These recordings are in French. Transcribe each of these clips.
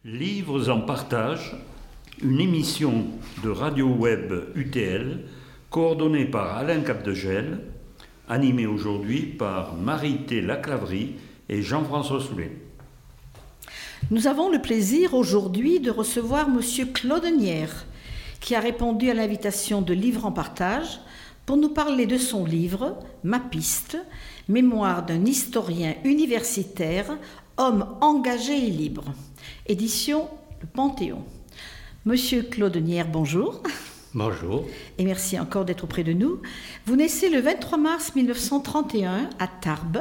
Livres en partage, une émission de Radio Web UTL coordonnée par Alain Capdegel, animée aujourd'hui par Marie-Thé Laclaverie et Jean-François Soulet. Nous avons le plaisir aujourd'hui de recevoir Monsieur Claude Nière, qui a répondu à l'invitation de Livres en partage pour nous parler de son livre « Ma piste, mémoire d'un historien universitaire, homme engagé et libre », édition Le Panthéon. Monsieur Claude Nière, bonjour. Bonjour. Et merci encore d'être auprès de nous. Vous naissez le 23 mars 1931 à Tarbes.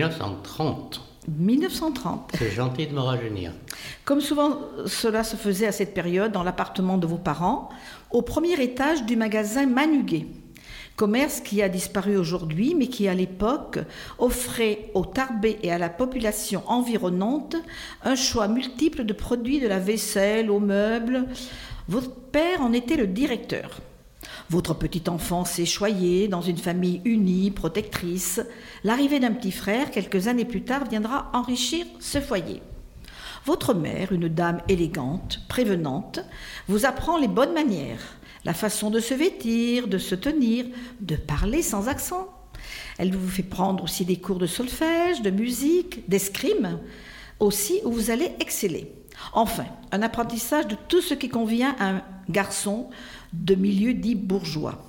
1930. 1930. C'est gentil de me rajeunir. Comme souvent cela se faisait à cette période dans l'appartement de vos parents, au premier étage du magasin Manuguet. Commerce qui a disparu aujourd'hui, mais qui à l'époque offrait aux Tarbais et à la population environnante un choix multiple de produits de la vaisselle aux meubles. Votre père en était le directeur. Votre petite enfance s'est choyée dans une famille unie, protectrice. L'arrivée d'un petit frère, quelques années plus tard, viendra enrichir ce foyer. Votre mère, une dame élégante, prévenante, vous apprend les bonnes manières, la façon de se vêtir, de se tenir, de parler sans accent. Elle vous fait prendre aussi des cours de solfège, de musique, d'escrime, aussi où vous allez exceller. Enfin, un apprentissage de tout ce qui convient à un garçon de milieu dit bourgeois.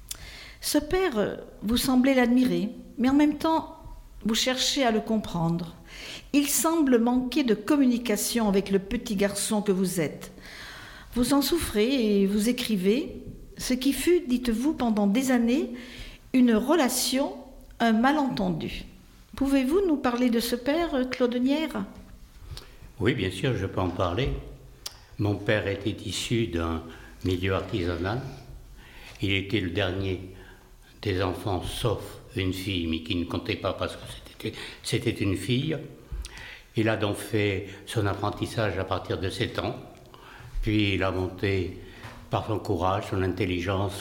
Ce père, vous semblez l'admirer, mais en même temps, vous cherchez à le comprendre. Il semble manquer de communication avec le petit garçon que vous êtes. Vous en souffrez et vous écrivez, ce qui fut, dites-vous, pendant des années, une relation, un malentendu. Pouvez-vous nous parler de ce père, Claude Nière ? Oui, bien sûr, je peux en parler. Mon père était issu d'un milieu artisanal. Il était le dernier des enfants, sauf une fille, mais qui ne comptait pas parce que c'était une fille. Il a donc fait son apprentissage à partir de 7 ans. Puis il a monté, par son courage, son intelligence,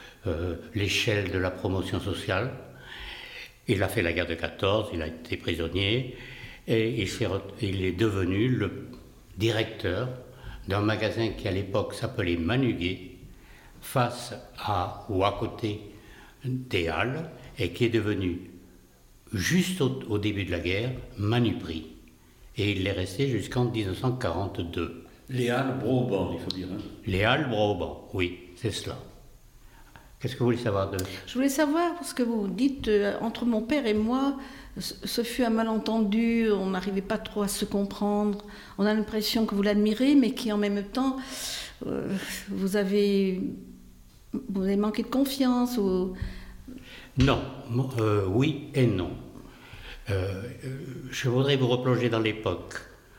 l'échelle de la promotion sociale. Il a fait la guerre de 14, il a été prisonnier, et il est devenu le directeur d'un magasin qui à l'époque s'appelait Manuguet, face à ou à côté des Halles, et qui est devenu, juste au début de la guerre, Manuprix. Et il est resté jusqu'en 1942. Les Halles Broban, il faut dire. Hein. Les Halles Broban, oui, c'est cela. Qu'est-ce que vous voulez savoir de... Je voulais savoir, parce que vous dites, entre mon père et moi, ce fut un malentendu, on n'arrivait pas trop à se comprendre. On a l'impression que vous l'admirez, mais qu'en même temps, vous avez manqué de confiance ou... Non, oui et non. Je voudrais vous replonger dans l'époque.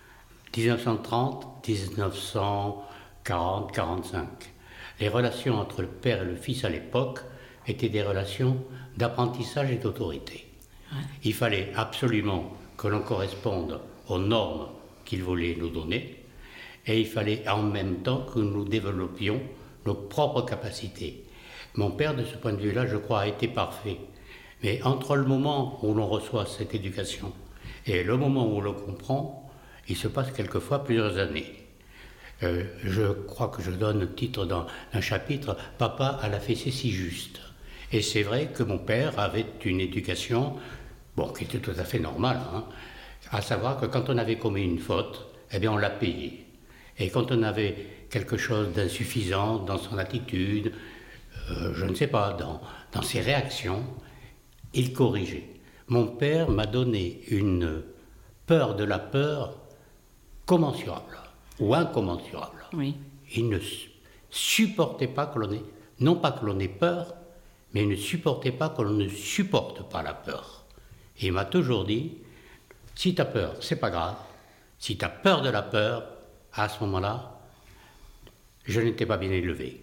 1930, 1940, 45. Les relations entre le père et le fils à l'époque étaient des relations d'apprentissage et d'autorité. Ouais. Il fallait absolument que l'on corresponde aux normes qu'il voulait nous donner, et il fallait en même temps que nous développions nos propres capacités. Mon père, de ce point de vue-là, je crois, a été parfait. Mais entre le moment où l'on reçoit cette éducation et le moment où l'on comprend, il se passe quelquefois plusieurs années. Je crois que je donne le titre dans un chapitre « Papa a la fessée si juste ». Et c'est vrai que mon père avait une éducation, qui était tout à fait normale, hein, à savoir que quand on avait commis une faute, eh bien on l'a payé. Et quand on avait quelque chose d'insuffisant dans son attitude, je ne sais pas, dans ses réactions, il corrigeait. Mon père m'a donné une peur de la peur commensurable ou incommensurable. Oui. Il ne supportait pas que l'on ait, non pas que l'on ait peur, mais il ne supportait pas que l'on ne supporte pas la peur. Et il m'a toujours dit, si tu as peur, c'est pas grave. Si tu as peur de la peur, à ce moment-là, je n'étais pas bien élevé.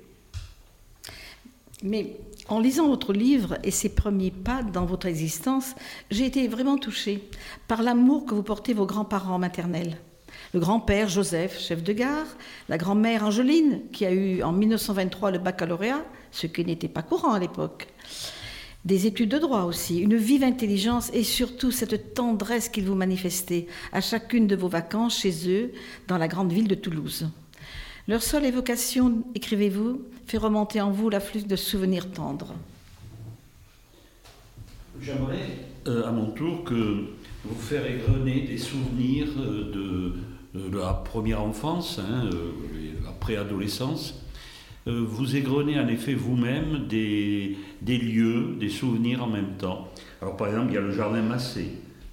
Mais en lisant votre livre et ses premiers pas dans votre existence, j'ai été vraiment touchée par l'amour que vous portez vos grands-parents maternels. Le grand-père Joseph, chef de gare, la grand-mère Angeline, qui a eu en 1923 le baccalauréat, ce qui n'était pas courant à l'époque. Des études de droit aussi, une vive intelligence et surtout cette tendresse qu'ils vous manifestaient à chacune de vos vacances chez eux, dans la grande ville de Toulouse. Leur seule évocation, écrivez-vous, fait remonter en vous l'afflux de souvenirs tendres. J'aimerais, à mon tour, que vous faire égrener des souvenirs de la première enfance, la préadolescence. Vous égrenez en effet vous-même des lieux, des souvenirs en même temps. Alors par exemple, il y a le jardin Massé.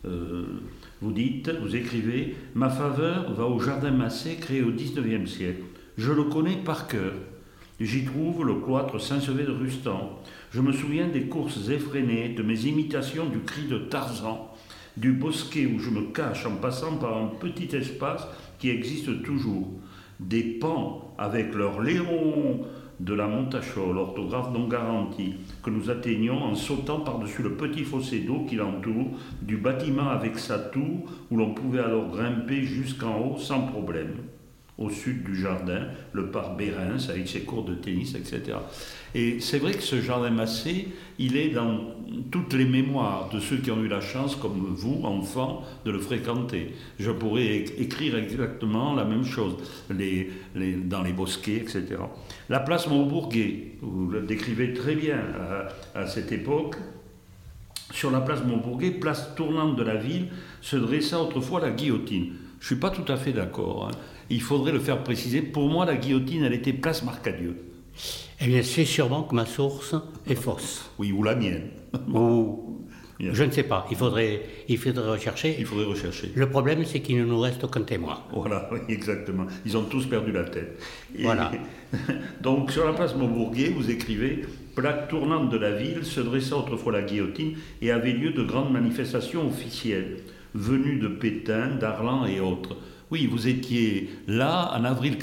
Vous écrivez « Ma faveur va au jardin Massé créé au XIXe siècle. Je le connais par cœur. J'y trouve le cloître Saint-Sever de Rustan. Je me souviens des courses effrénées, de mes imitations du cri de Tarzan, du bosquet où je me cache en passant par un petit espace qui existe toujours. Des pans avec leur Léon de la Montachol, orthographe non garantie, que nous atteignons en sautant par-dessus le petit fossé d'eau qui l'entoure, du bâtiment avec sa tour où l'on pouvait alors grimper jusqu'en haut sans problème. Au sud du jardin, le parc Bérens avec ses cours de tennis, etc. Et c'est vrai que ce jardin Massé, il est dans toutes les mémoires de ceux qui ont eu la chance, comme vous, enfants, de le fréquenter. Je pourrais écrire exactement la même chose, dans les bosquets, etc. La place Montbourguet, vous le décrivez très bien à cette époque. Sur la place Montbourguet, place tournante de la ville, se dressa autrefois la guillotine. Je ne suis pas tout à fait d'accord. Il faudrait le faire préciser. Pour moi, la guillotine, elle était place Marcadieu. Eh bien, c'est sûrement que ma source est fausse. Oui, ou la mienne. Ou... Je ne sais pas. Il faudrait rechercher. Il faudrait rechercher. Le problème, c'est qu'il ne nous reste aucun témoin. Voilà, oui, exactement. Ils ont tous perdu la tête. Et voilà. Donc, sur la place Montbourguet, vous écrivez « Plaque tournante de la ville, se dressa autrefois la guillotine et avait lieu de grandes manifestations officielles, venues de Pétain, d'Arlan et autres. » Oui, vous étiez là en avril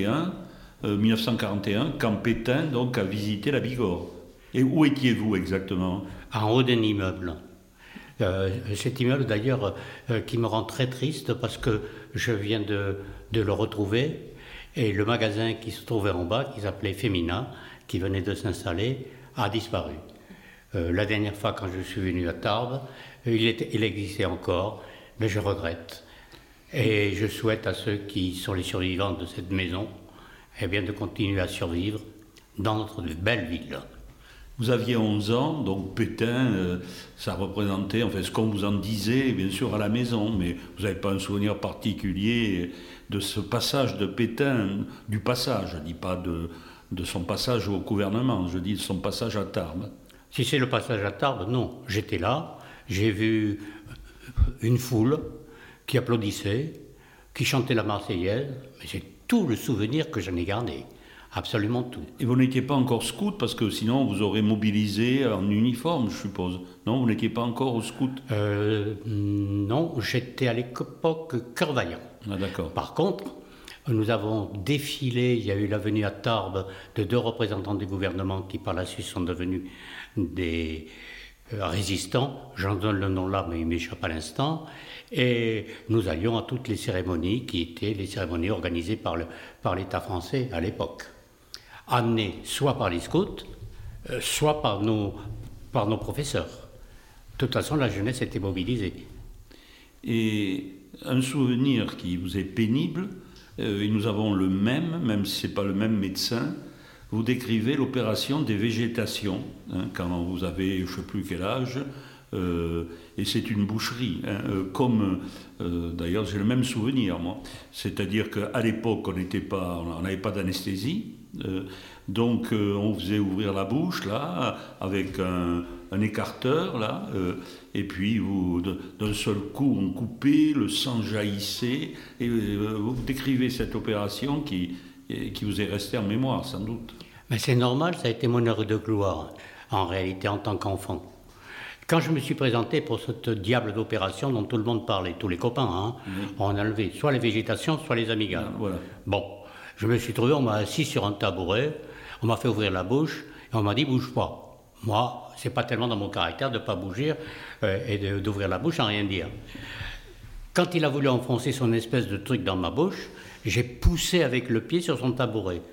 1941, quand Pétain donc, a visité la Bigorre. Et où étiez-vous exactement ? En haut d'un immeuble. Cet immeuble d'ailleurs qui me rend très triste parce que je viens de le retrouver et le magasin qui se trouvait en bas, qui s'appelait Femina, qui venait de s'installer, a disparu. La dernière fois quand je suis venu à Tarbes, il existait encore, mais je regrette. Et je souhaite à ceux qui sont les survivants de cette maison eh bien, de continuer à survivre dans notre belle ville. Vous aviez 11 ans, donc Pétain, ça représentait, enfin ce qu'on vous en disait, bien sûr, à la maison, mais vous n'avez pas un souvenir particulier de ce passage de Pétain, du passage, je ne dis pas de son passage au gouvernement, je dis de son passage à Tarbes. Si c'est le passage à Tarbes, non. J'étais là, j'ai vu une foule qui applaudissait, qui chantait la Marseillaise, mais c'est tout le souvenir que j'en ai gardé, absolument tout. Et vous n'étiez pas encore scout, parce que sinon vous aurez mobilisé en uniforme, je suppose. Non, vous n'étiez pas encore au scout Non, j'étais à l'époque cœur vaillant. Ah, d'accord. Par contre, nous avons défilé, il y a eu la venue à Tarbes de 2 représentants du gouvernement qui par la suite sont devenus des résistants, j'en donne le nom là mais il m'échappe à l'instant, et nous allions à toutes les cérémonies qui étaient les cérémonies organisées par l'État français à l'époque, amenées soit par les scouts, soit par nos professeurs. De toute façon, la jeunesse était mobilisée. Et un souvenir qui vous est pénible, et nous avons le même si ce n'est pas le même médecin, vous décrivez l'opération des végétations, quand vous avez je ne sais plus quel âge, et c'est une boucherie, d'ailleurs j'ai le même souvenir moi, c'est-à-dire qu'à l'époque on n'avait pas d'anesthésie, donc on faisait ouvrir la bouche là, avec un écarteur là, et puis d'un seul coup on coupait, le sang jaillissait, et vous décrivez cette opération qui vous est restée en mémoire sans doute. Mais c'est normal, ça a été mon heure de gloire en réalité en tant qu'enfant. Quand je me suis présenté pour cette diable d'opération dont tout le monde parlait, tous les copains, on a enlevé soit les végétations, soit les amygdales. Voilà. Bon, je me suis trouvé, on m'a assis sur un tabouret, on m'a fait ouvrir la bouche et on m'a dit bouge pas. Moi, c'est pas tellement dans mon caractère de pas bouger et d'ouvrir la bouche sans rien dire. Quand il a voulu enfoncer son espèce de truc dans ma bouche, j'ai poussé avec le pied sur son tabouret.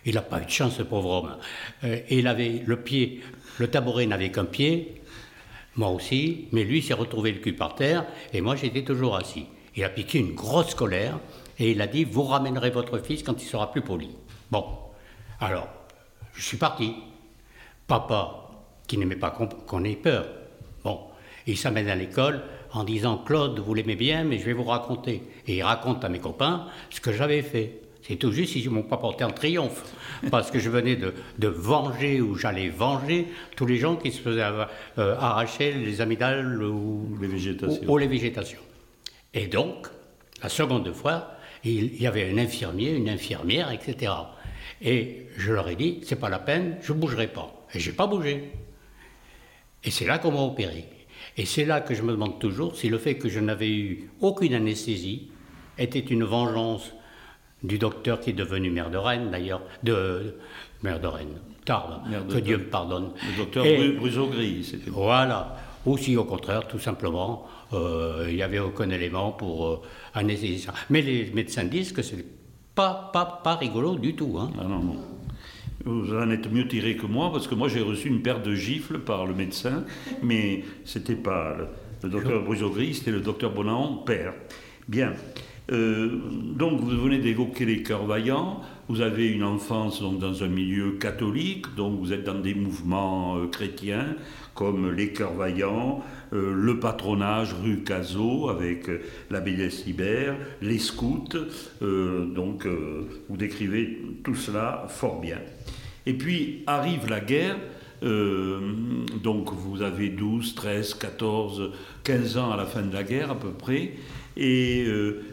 Il n'a pas eu de chance, ce pauvre homme. Et il avait le pied, le tabouret n'avait qu'un pied, moi aussi, mais lui s'est retrouvé le cul par terre, et moi j'étais toujours assis. Il a piqué une grosse colère, et il a dit, vous ramènerez votre fils quand il sera plus poli. Bon, alors, je suis parti. Papa, qui n'aimait pas qu'on ait peur, bon, il s'amène à l'école en disant, Claude, vous l'aimez bien, mais je vais vous raconter. Et il raconte à mes copains ce que j'avais fait. C'est tout juste, ils ne m'ont pas porté en triomphe, parce que je venais de venger, ou j'allais venger, tous les gens qui se faisaient arracher les amygdales ou les végétations. Et donc, la seconde fois, il y avait un infirmier, une infirmière, etc. Et je leur ai dit, c'est pas la peine, je ne bougerai pas. Et je n'ai pas bougé. Et c'est là qu'on m'a opéré. Et c'est là que je me demande toujours si le fait que je n'avais eu aucune anesthésie était une vengeance du docteur qui est devenu maire de Rennes, d'ailleurs, maire de Rennes, Tarbes, que Dieu me pardonne. Le docteur Bruso-Gris, c'était... Voilà. Ou si, au contraire, tout simplement, il n'y avait aucun élément pour anesthésier ça. Mais les médecins disent que c'est pas rigolo du tout. Hein. Ah non, non. Vous en êtes mieux tiré que moi, parce que moi j'ai reçu une paire de gifles par le médecin, mais c'était pas le docteur Bruso-Gris, c'était le docteur Bonan, père. Bien. Donc vous venez d'évoquer les Cœurs Vaillants, vous avez une enfance donc, dans un milieu catholique, donc vous êtes dans des mouvements chrétiens comme les Cœurs Vaillants, le patronage rue Cazot avec l'abbesse Ibert, les scouts, donc vous décrivez tout cela fort bien. Et puis arrive la guerre, donc vous avez 12, 13, 14, 15 ans à la fin de la guerre à peu près, et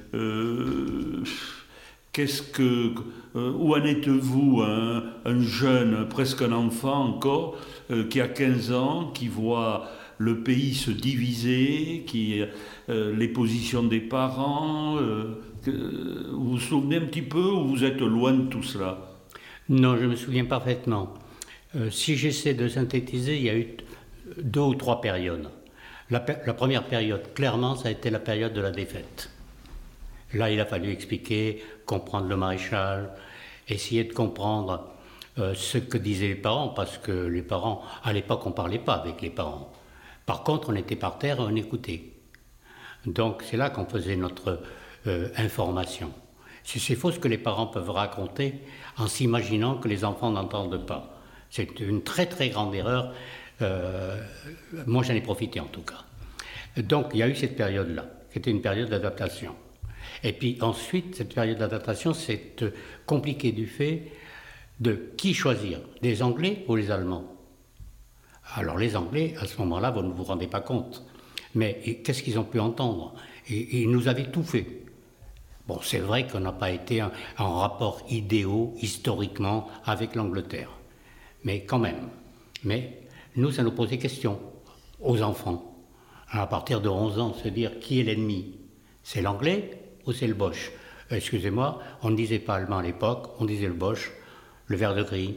où en êtes-vous, un jeune, presque un enfant encore, qui a 15 ans, qui voit le pays se diviser, les positions des parents, vous vous souvenez un petit peu ou vous êtes loin de tout cela? Non, je me souviens parfaitement. Si j'essaie de synthétiser, il y a eu 2 ou 3 périodes. La première période, clairement, ça a été la période de la défaite. Là, il a fallu expliquer, comprendre le maréchal, essayer de comprendre ce que disaient les parents, parce que les parents, à l'époque, on ne parlait pas avec les parents. Par contre, on était par terre et on écoutait. Donc, c'est là qu'on faisait notre information. C'est faux ce que les parents peuvent raconter en s'imaginant que les enfants n'entendent pas. C'est une très très grande erreur. Moi, j'en ai profité en tout cas. Donc, il y a eu cette période-là, qui était une période d'adaptation. Et puis ensuite, cette période d'adaptation s'est compliquée du fait de qui choisir, des Anglais ou les Allemands. Alors les Anglais, à ce moment-là, vous ne vous rendez pas compte. Mais qu'est-ce qu'ils ont pu entendre? Ils nous avaient tout fait. Bon, c'est vrai qu'on n'a pas été en rapport idéal, historiquement, avec l'Angleterre. Mais quand même. Mais nous, ça nous posait question, aux enfants. À partir de 11 ans, se dire qui est l'ennemi? C'est l'anglais ou c'est le Boche? Excusez-moi, on ne disait pas allemand à l'époque, on disait le Boche, le vert de gris,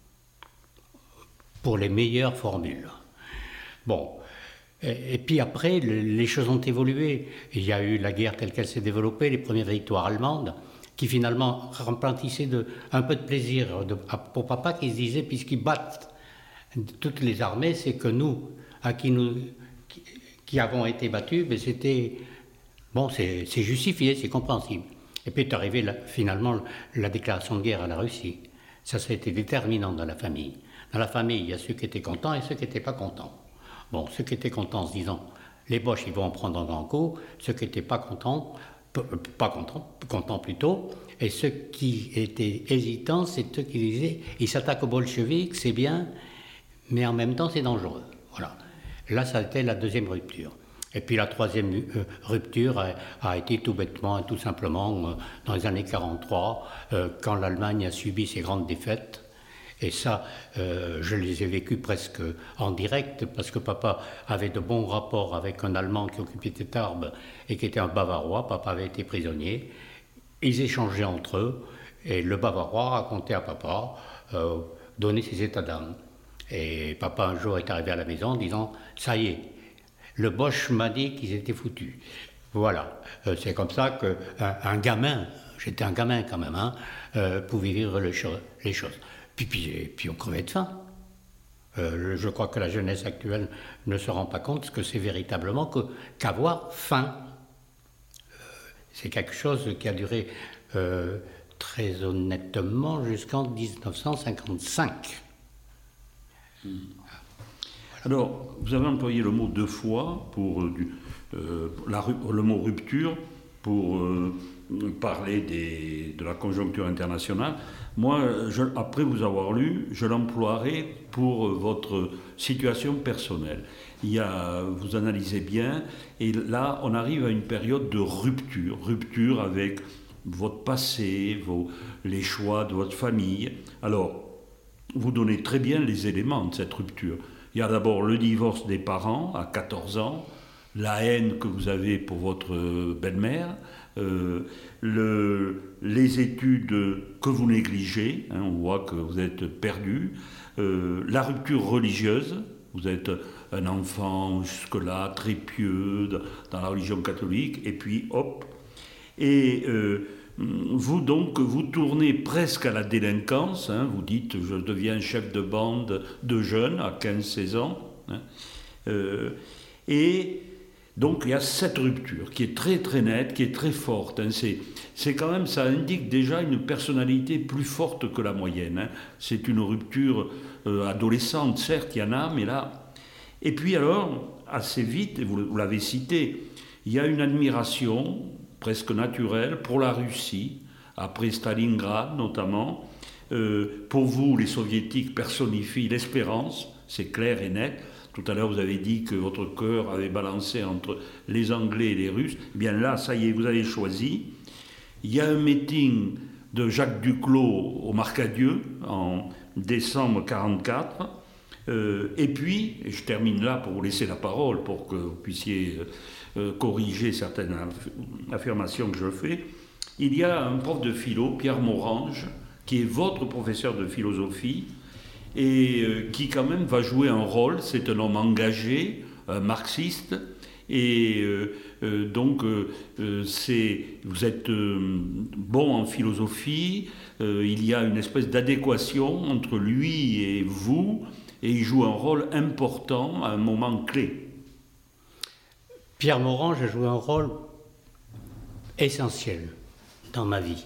pour les meilleures formules. Bon, et puis après, les choses ont évolué. Il y a eu la guerre telle qu'elle s'est développée, les premières victoires allemandes, qui finalement remplissaient un peu de plaisir pour papa, qui se disait, puisqu'ils battent toutes les armées, c'est que nous, qui avons été battus, ben c'était... Bon, c'est justifié, c'est compréhensible. Et puis est arrivé finalement la déclaration de guerre à la Russie. Ça a été déterminant dans la famille. Dans la famille, il y a ceux qui étaient contents et ceux qui n'étaient pas contents. Bon, ceux qui étaient contents en se disant, les Boches, ils vont en prendre un grand coup. Ceux qui n'étaient pas contents, contents plutôt. Et ceux qui étaient hésitants, c'est ceux qui disaient, ils s'attaquent aux bolcheviks, c'est bien, mais en même temps, c'est dangereux. Voilà. Là, ça a été la deuxième rupture. Et puis la troisième rupture a été tout bêtement et tout simplement dans les années 1943, quand l'Allemagne a subi ses grandes défaites. Et ça, je les ai vécues presque en direct, parce que papa avait de bons rapports avec un Allemand qui occupait Tarbes et qui était un Bavarois. Papa avait été prisonnier. Ils échangeaient entre eux, et le Bavarois racontait à papa, donnait ses états d'âme. Et papa un jour est arrivé à la maison en disant « ça y est, le Boche m'a dit qu'ils étaient foutus ». Voilà, c'est comme ça qu'un gamin j'étais un gamin quand même, hein, pouvait vivre les choses. Puis on crevait de faim. Je crois que la jeunesse actuelle ne se rend pas compte que c'est véritablement qu'avoir faim. C'est quelque chose qui a duré très honnêtement jusqu'en 1955. Alors, vous avez employé le mot 2 fois pour le mot rupture pour parler de la conjoncture internationale. Moi, après vous avoir lu, je l'emploierai pour votre situation personnelle. Vous analysez bien, et là, on arrive à une période de rupture avec votre passé, les choix de votre famille. Alors, vous donnez très bien les éléments de cette rupture. Il y a d'abord le divorce des parents à 14 ans, la haine que vous avez pour votre belle-mère, les études que vous négligez, hein, on voit que vous êtes perdu, la rupture religieuse, vous êtes un enfant jusque-là très pieux dans la religion catholique, et puis hop, et vous tournez presque à la délinquance, hein, vous dites je deviens chef de bande de jeunes à 15-16 ans, hein, et donc il y a cette rupture qui est très très nette, qui est très forte, hein, c'est quand même, ça indique déjà une personnalité plus forte que la moyenne, hein. C'est une rupture adolescente, certes il y en a, mais là, et puis alors assez vite, et vous l'avez cité, il y a une admiration presque naturelle pour la Russie, après Stalingrad notamment. Pour vous, les soviétiques personnifient l'espérance, c'est clair et net. Tout à l'heure, vous avez dit que votre cœur avait balancé entre les Anglais et les Russes. Eh bien là, ça y est, vous avez choisi. Il y a un meeting de Jacques Duclos au Marcadieu en décembre 1944. Et puis, et je termine là pour vous laisser la parole, pour que vous puissiez corriger certaines affirmations que je fais. Il y a un prof de philo, Pierre Morange, qui est votre professeur de philosophie, et qui quand même va jouer un rôle. C'est un homme engagé, marxiste, et donc vous êtes bon en philosophie, il y a une espèce d'adéquation entre lui et vous, et il joue un rôle important à un moment clé. Pierre Morange a joué un rôle essentiel dans ma vie.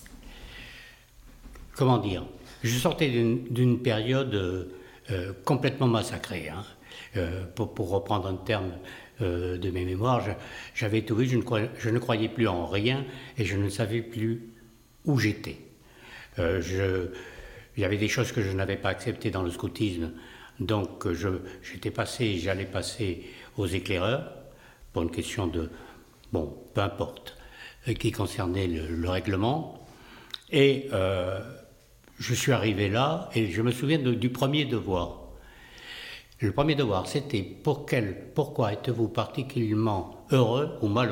Comment dire ? Je sortais d'une période complètement massacrée. Hein. Pour reprendre un terme de mes mémoires, j'avais tout vu, je ne croyais plus en rien et je ne savais plus où j'étais. Il y avait des choses que je n'avais pas acceptées dans le scoutisme, donc j'allais passer aux éclaireurs pour une question de, bon, peu importe, qui concernait le règlement. Et je suis arrivé là et je me souviens du premier devoir. Le premier devoir, c'était pourquoi êtes-vous particulièrement heureux ou malheureux ?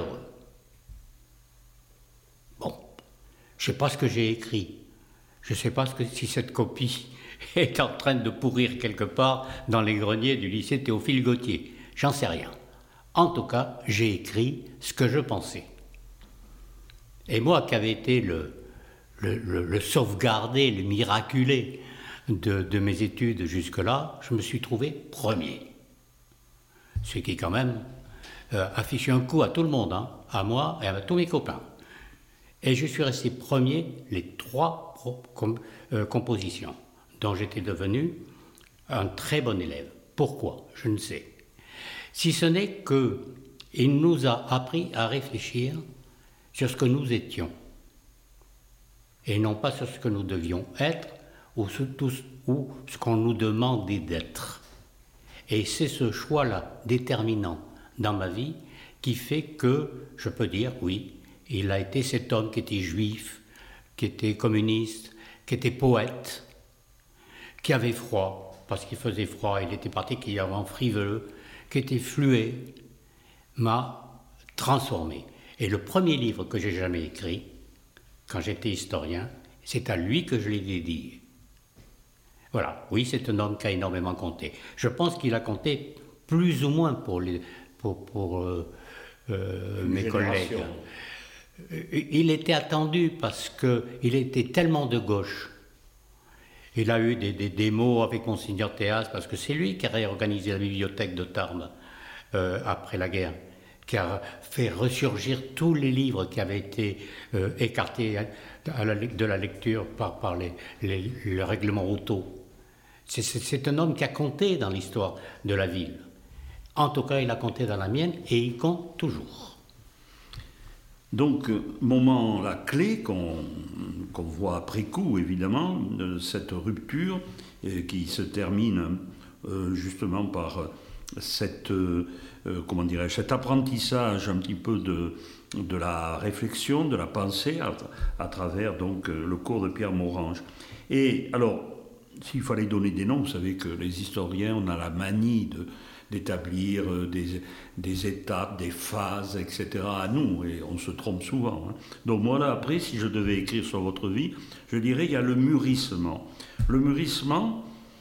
Bon, je ne sais pas ce que j'ai écrit. Je ne sais pas si cette copie est en train de pourrir quelque part dans les greniers du lycée Théophile Gautier. J'en sais rien. En tout cas, j'ai écrit ce que je pensais. Et moi, qui avais été le sauvegardé, le miraculé de mes études jusque-là, je me suis trouvé premier. Ce qui, quand même, affichait un coup à tout le monde, hein, à moi et à tous mes copains. Et je suis resté premier les 3 compositions, dont j'étais devenu un très bon élève. Pourquoi ? Je ne sais. Si ce n'est qu'il nous a appris à réfléchir sur ce que nous étions, et non pas sur ce que nous devions être, ou ce qu'on nous demandait d'être. Et c'est ce choix-là, déterminant dans ma vie, qui fait que, je peux dire, oui, il a été cet homme qui était juif, qui était communiste, qui était poète, qui avait froid, parce qu'il faisait froid, il était particulièrement frivole, qui était fluet, m'a transformé. Et le premier livre que j'ai jamais écrit, quand j'étais historien, c'est à lui que je l'ai dédié. Voilà, oui, c'est un homme qui a énormément compté. Je pense qu'il a compté plus ou moins pour mes collègues. il était attendu parce qu'il était tellement de gauche. Il a eu des démos avec Monseigneur Théas, parce que c'est lui qui a réorganisé la bibliothèque de Tarbes après la guerre, qui a fait ressurgir tous les livres qui avaient été écartés de la lecture par le règlement auto. C'est un homme qui a compté dans l'histoire de la ville. En tout cas, il a compté dans la mienne et il compte toujours. Donc, moment la clé qu'on voit après coup, évidemment, de cette rupture qui se termine justement par cet apprentissage un petit peu de la réflexion, de la pensée à travers donc le cours de Pierre Morange. Et alors, s'il fallait donner des noms, vous savez que les historiens, on a la manie d'établir des étapes, des phases, etc. à nous, et on se trompe souvent. Hein. Donc moi là, après, si je devais écrire sur votre vie, je dirais il y a le mûrissement. Le mûrissement,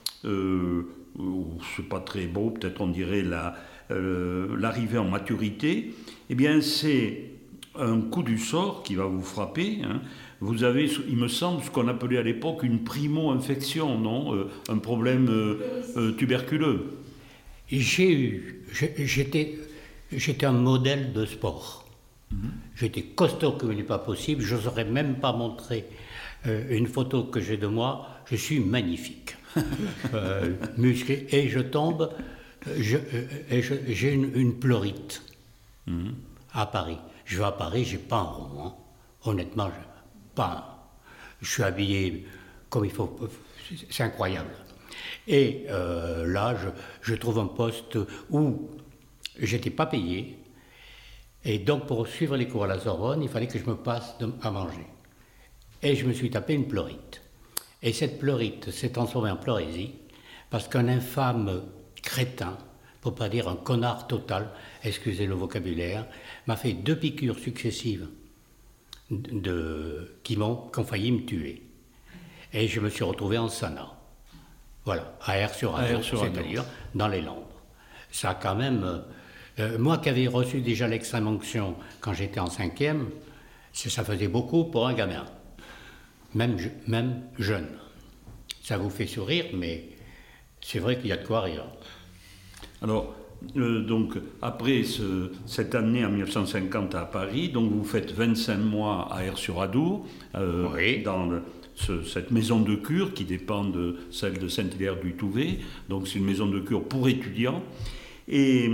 c'est pas très beau, peut-être on dirait l'arrivée en maturité, eh bien c'est un coup du sort qui va vous frapper. Hein. Vous avez, il me semble, ce qu'on appelait à l'époque une primo-infection, non un problème tuberculeux. J'étais un modèle de sport. J'étais costaud comme il n'est pas possible. Je n'oserais même pas montrer une photo que j'ai de moi. Je suis magnifique, musclé, et je tombe. J'ai une pleurite à Paris. Je vais à Paris, j'ai pas un rond. Hein. Honnêtement, je suis habillé comme il faut. C'est incroyable. Et là, je trouve un poste où j'étais pas payé. Et donc, pour suivre les cours à la Sorbonne, il fallait que je me passe à manger. Et je me suis tapé une pleurite. Et cette pleurite s'est transformée en pleurésie, parce qu'un infâme crétin, pour pas dire un connard total, excusez le vocabulaire, m'a fait 2 piqûres successives qui ont failli me tuer. Et je me suis retrouvé en sana. Voilà, à Aire-sur-Adour, c'est-à-dire dans les Landes. Ça a quand même... moi qui avais reçu déjà l'extrême onction quand j'étais en 5e, ça faisait beaucoup pour un gamin, même jeune. Ça vous fait sourire, mais c'est vrai qu'il y a de quoi rire. Alors, donc, après cette année en 1950 à Paris, donc vous faites 25 mois à Aire-sur-Adour, oui. Dans cette maison de cure qui dépend de celle de Saint-Hilaire-du-Touvet. Donc c'est une maison de cure pour étudiants. Et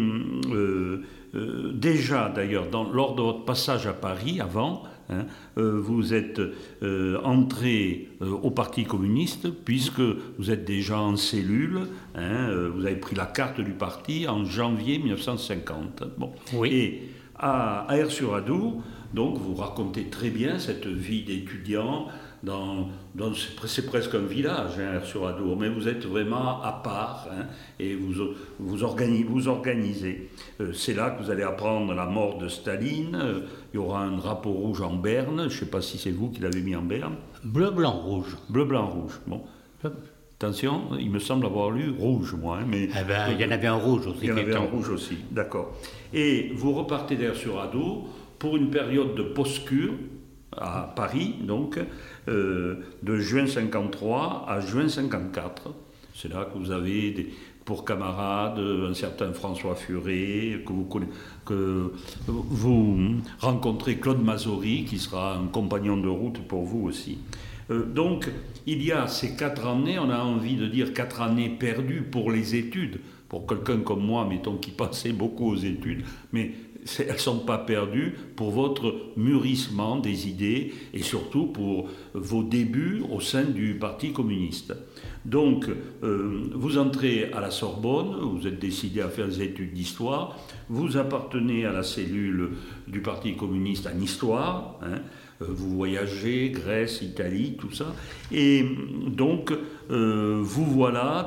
déjà, d'ailleurs, lors de votre passage à Paris, avant, hein, vous êtes entré au Parti communiste, puisque vous êtes déjà en cellule. Hein, vous avez pris la carte du parti en janvier 1950. Bon. Oui. Et à Aire-sur-Adour, donc vous racontez très bien cette vie d'étudiant. C'est presque un village, hein, Aire-sur-Adour, mais vous êtes vraiment à part, hein, et vous organisez. C'est là que vous allez apprendre la mort de Staline. Il y aura un drapeau rouge en berne. Je ne sais pas si c'est vous qui l'avez mis en berne. Bleu, blanc, rouge. Bleu, blanc, rouge. Bon. Attention, il me semble avoir lu rouge, moi. Hein, mais eh ben, il y en avait un rouge aussi. Il y en avait un rouge aussi, d'accord. Et vous repartez d'Aire-sur-Adour pour une période de post-cure à Paris, donc, de juin 53 à juin 54. C'est là que vous avez pour camarades un certain François Furet, que vous rencontrez Claude Mazory, qui sera un compagnon de route pour vous aussi. Donc, il y a ces 4 années, on a envie de dire 4 années perdues pour les études, pour quelqu'un comme moi, mettons, qui passait beaucoup aux études, mais elles ne sont pas perdues pour votre mûrissement des idées et surtout pour vos débuts au sein du Parti communiste. Donc, vous entrez à la Sorbonne, vous êtes décidé à faire des études d'histoire, vous appartenez à la cellule du Parti communiste en histoire, hein, vous voyagez, Grèce, Italie, tout ça, et donc vous voilà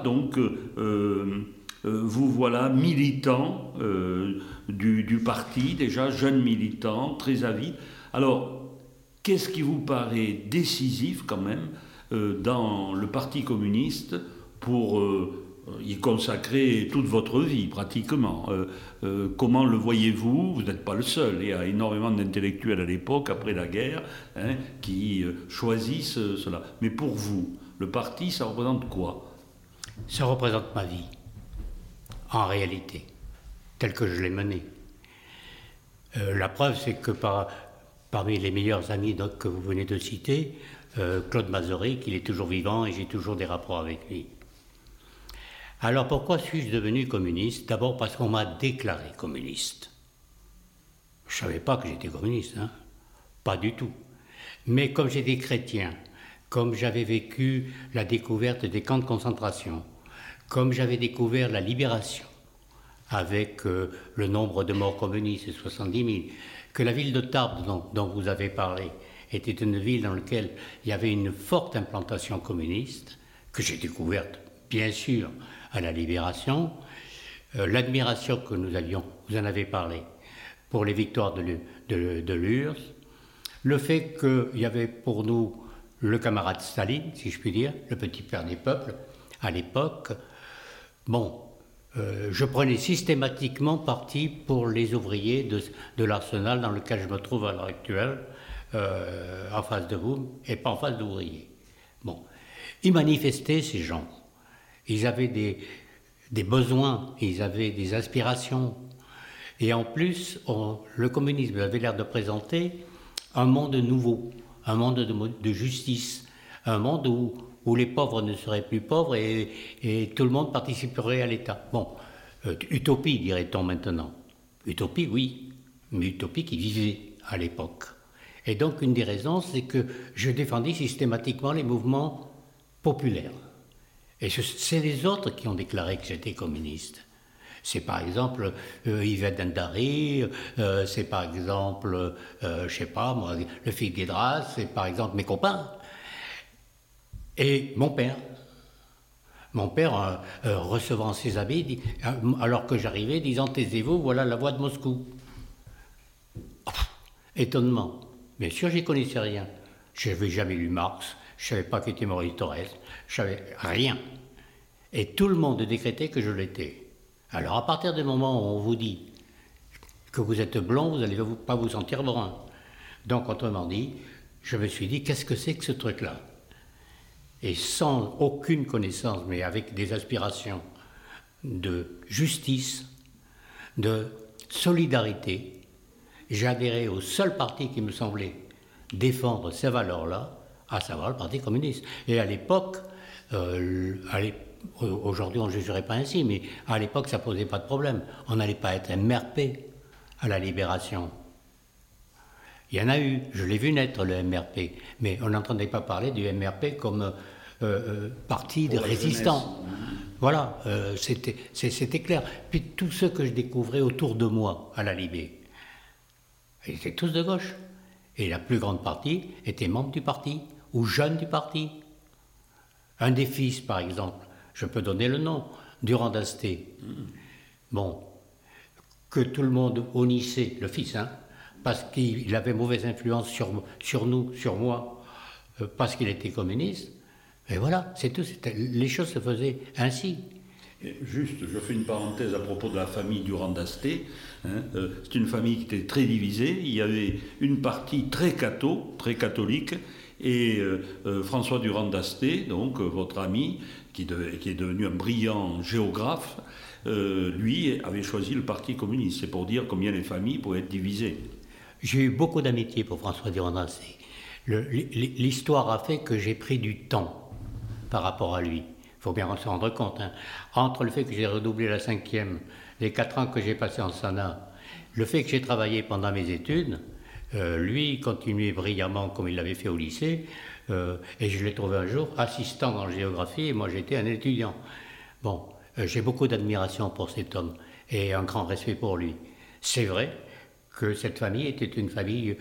militant du parti, déjà jeune militant, très avide. Alors, qu'est-ce qui vous paraît décisif quand même dans le Parti communiste pour y consacrez toute votre vie, pratiquement. Comment le voyez-vous? Vous n'êtes pas le seul. Il y a énormément d'intellectuels à l'époque, après la guerre, qui choisissent cela. Mais pour vous, le parti, ça représente quoi? Ça représente ma vie, en réalité, telle que je l'ai menée. La preuve, c'est que parmi les meilleurs amis que vous venez de citer, Claude Mazorik, il est toujours vivant et j'ai toujours des rapports avec lui. Alors pourquoi suis-je devenu communiste? D'abord parce qu'on m'a déclaré communiste. Je ne savais pas que j'étais communiste, pas du tout. Mais comme j'étais chrétien, comme j'avais vécu la découverte des camps de concentration, comme j'avais découvert la libération, avec le nombre de morts communistes, 70 000, que la ville de Tarbes, dont vous avez parlé, était une ville dans laquelle il y avait une forte implantation communiste, que j'ai découverte, bien sûr, à la Libération, l'admiration que nous avions, vous en avez parlé, pour les victoires de l'URSS, le fait qu'il y avait pour nous le camarade Staline, si je puis dire, le petit père des peuples, à l'époque. Bon, je prenais systématiquement parti pour les ouvriers de l'Arsenal dans lequel je me trouve à l'heure actuelle, en face de vous, et pas en face d'ouvriers. Bon, ils manifestaient, ces gens. Ils avaient des besoins, ils avaient des aspirations. Et en plus, le communisme avait l'air de présenter un monde nouveau, un monde de justice, un monde où les pauvres ne seraient plus pauvres et tout le monde participerait à l'État. Bon, utopie, dirait-on maintenant. Utopie, oui, mais utopie qui vivait à l'époque. Et donc, une des raisons, c'est que je défendis systématiquement les mouvements populaires. Et c'est les autres qui ont déclaré que j'étais communiste. C'est par exemple Yvette Dendary, c'est par exemple, je sais pas moi, le fils d'Edras, c'est par exemple mes copains. Et mon père. Mon père, recevant ses habits, alors que j'arrivais, disant « Taisez-vous, voilà la voix de Moscou ». Étonnement. Bien sûr, j'y connaissais rien. Je n'avais jamais lu Marx, je ne savais pas qui était Maurice Thorez, je ne savais rien. Et tout le monde décrétait que je l'étais. Alors à partir du moment où on vous dit que vous êtes blond, vous n'allez pas vous sentir brun. Donc autrement dit, je me suis dit, qu'est-ce que c'est que ce truc-là? Et sans aucune connaissance, mais avec des aspirations de justice, de solidarité, j'ai adhéré au seul parti qui me semblait défendre ces valeurs-là, à savoir le Parti communiste. Et à l'époque, aujourd'hui on ne jugerait pas ainsi, mais à l'époque ça ne posait pas de problème. On n'allait pas être MRP à la Libération. Il y en a eu, je l'ai vu naître le MRP, mais on n'entendait pas parler du MRP comme parti de résistants. Voilà, c'était clair. Puis tous ceux que je découvrais autour de moi à la Libé, ils étaient tous de gauche. Et la plus grande partie était membre du parti, ou jeune du parti. Un des fils, par exemple, je peux donner le nom, Durand d'Asté. Bon, que tout le monde honnissait, le fils, parce qu'il avait mauvaise influence sur nous, sur moi, parce qu'il était communiste. Et voilà, c'est tout. Les choses se faisaient ainsi. Juste, je fais une parenthèse à propos de la famille Durand d'Asté. C'est une famille qui était très divisée. Il y avait une partie très catholique, et François Durand d'Asté, donc votre ami, qui est devenu un brillant géographe, lui avait choisi le Parti communiste. C'est pour dire combien les familles pouvaient être divisées. J'ai eu beaucoup d'amitié pour François Durand d'Asté. L'histoire a fait que j'ai pris du temps par rapport à lui. Il faut bien se rendre compte. Entre le fait que j'ai redoublé la 5e, les 4 ans que j'ai passés en Sana, le fait que j'ai travaillé pendant mes études, lui continuait brillamment comme il l'avait fait au lycée, et je l'ai trouvé un jour assistant en géographie, et moi j'étais un étudiant. Bon, j'ai beaucoup d'admiration pour cet homme, et un grand respect pour lui. C'est vrai que cette famille était une famille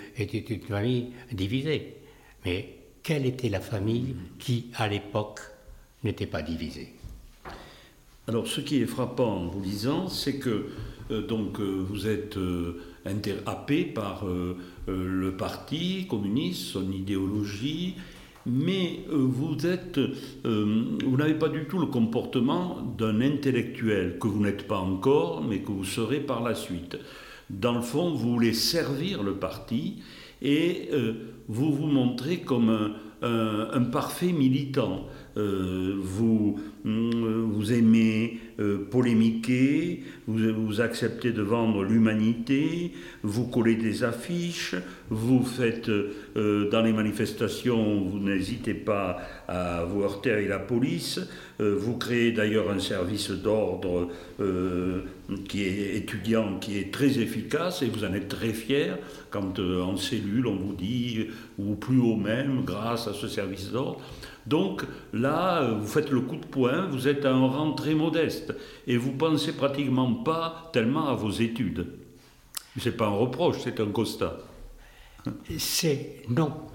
divisée, mais quelle était la famille qui, à l'époque, n'était pas divisée? Alors, ce qui est frappant en vous lisant, c'est que vous êtes happé par le Parti communiste, son idéologie, mais vous n'avez pas du tout le comportement d'un intellectuel, que vous n'êtes pas encore, mais que vous serez par la suite. Dans le fond, vous voulez servir le parti et vous vous montrez comme un parfait militant. Vous aimez polémiquer, vous acceptez de vendre l'humanité, vous collez des affiches, vous faites dans les manifestations, vous n'hésitez pas à vous heurter avec la police, vous créez d'ailleurs un service d'ordre qui est étudiant, qui est très efficace et vous en êtes très fier quand en cellule on vous dit, ou plus haut même, grâce à ce service d'ordre. Donc là, vous faites le coup de poing, vous êtes à un rang très modeste et vous pensez pratiquement pas tellement à vos études. C'est pas un reproche, c'est un constat. Oui, c'est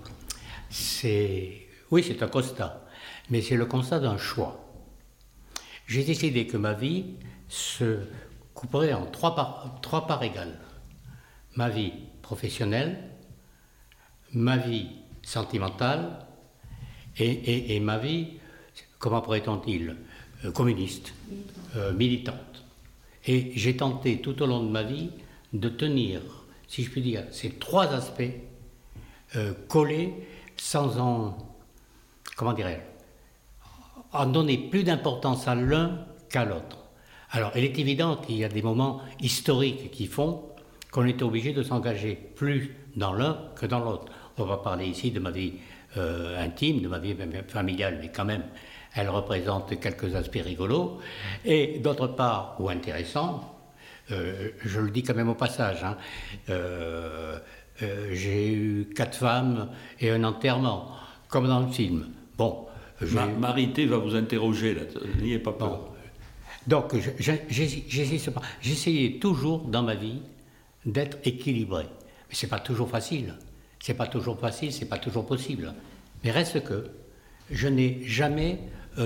un constat, mais c'est le constat d'un choix. J'ai décidé que ma vie se couperait en trois parts égales. Ma vie professionnelle, ma vie sentimentale et ma vie, comment pourrait-on dire, communiste, militante. Et j'ai tenté tout au long de ma vie de tenir, si je puis dire, ces trois aspects collés sans en donner plus d'importance à l'un qu'à l'autre. Alors, il est évident qu'il y a des moments historiques qui font qu'on est obligé de s'engager plus dans l'un que dans l'autre. On va parler ici de ma vie intime, de ma vie familiale, mais quand même, elle représente quelques aspects rigolos. Et d'autre part, ou intéressants, je le dis quand même au passage, j'ai eu 4 femmes et un enterrement, comme dans le film. Bon, Marité va vous interroger, là, n'ayez pas peur. Bon. Donc, j'essayais toujours dans ma vie d'être équilibré. Mais c'est pas toujours facile. C'est pas toujours possible. Mais reste que je n'ai jamais,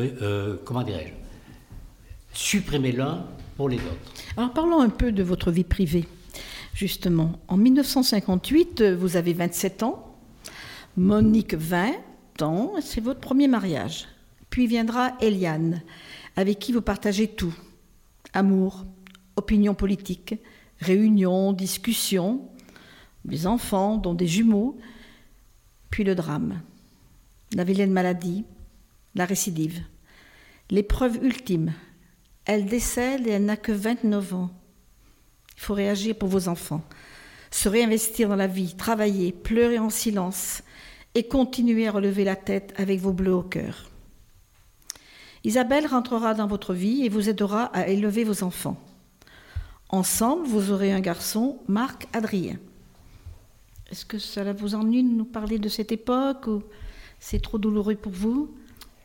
supprimé l'un pour les autres. Alors parlons un peu de votre vie privée, justement. En 1958, vous avez 27 ans, Monique 20 ans, c'est votre premier mariage. Puis viendra Eliane, avec qui vous partagez tout. Amour, opinion politique, réunions, discussions, des enfants, dont des jumeaux, puis le drame, la vilaine maladie, la récidive, l'épreuve ultime. Elle décède et elle n'a que 29 ans. Il faut réagir pour vos enfants, se réinvestir dans la vie, travailler, pleurer en silence et continuer à relever la tête avec vos bleus au cœur. Isabelle rentrera dans votre vie et vous aidera à élever vos enfants. Ensemble, vous aurez un garçon, Marc Adrien. Est-ce que cela vous ennuie de nous parler de cette époque ou c'est trop douloureux pour vous?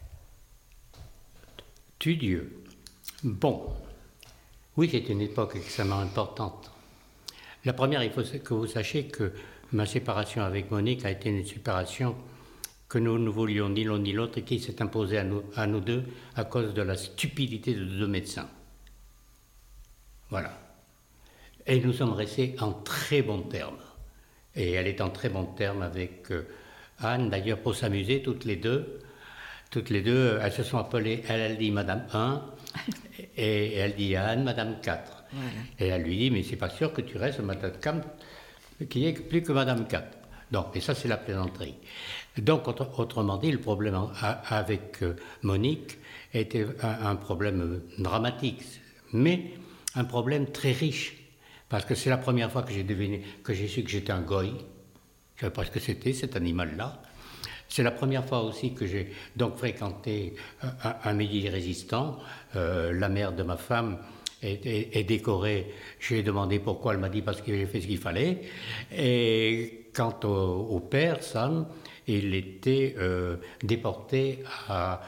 Dieu. Bon, oui, c'est une époque extrêmement importante. La première, il faut que vous sachiez que ma séparation avec Monique a été une séparation que nous ne voulions ni l'un ni l'autre et qui s'est imposée à nous deux à cause de la stupidité de 2 médecins. Voilà. Et nous sommes restés en très bons termes. Et elle est en très bons termes avec Anne, d'ailleurs, pour s'amuser, toutes les deux, elles se sont appelées, elle dit Madame 1, et elle dit à Anne Madame 4. Voilà. Et elle lui dit, mais c'est pas sûr que tu restes Madame 4, qui est plus que Madame 4. Donc, et ça, c'est la plaisanterie. Donc, autrement dit, le problème avec Monique était un problème dramatique, mais un problème très riche. Parce que c'est la première fois que j'ai su que j'étais un goy. Je ne savais pas ce que c'était, cet animal-là. C'est la première fois aussi que j'ai donc fréquenté un milieu résistant. La mère de ma femme est décorée. Je lui ai demandé pourquoi, elle m'a dit parce que j'ai fait ce qu'il fallait. Et quant au père, Sam, il était déporté à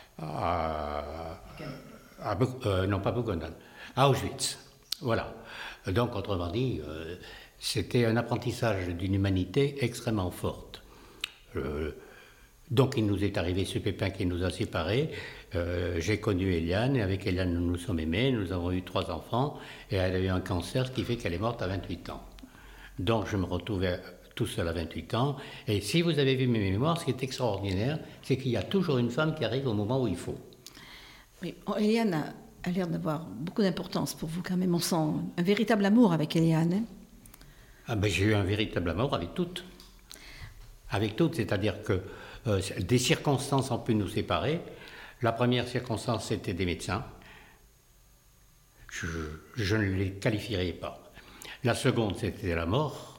Auschwitz. Voilà. Donc, autrement dit, c'était un apprentissage d'une humanité extrêmement forte. Donc, il nous est arrivé ce pépin qui nous a séparés. J'ai connu Eliane, et avec Eliane, nous nous sommes aimés. Nous avons eu 3 enfants, et elle a eu un cancer, ce qui fait qu'elle est morte à 28 ans. Donc, je me retrouvais tout seul à 28 ans. Et si vous avez vu mes mémoires, ce qui est extraordinaire, c'est qu'il y a toujours une femme qui arrive au moment où il faut. Oui, Eliane a l'air d'avoir beaucoup d'importance pour vous quand même. On sent un véritable amour avec Eliane. Hein. Ah ben, j'ai eu un véritable amour avec toutes. Avec toutes, c'est-à-dire que des circonstances ont pu nous séparer. La première circonstance, c'était des médecins. Je ne les qualifierai pas. La seconde, c'était la mort.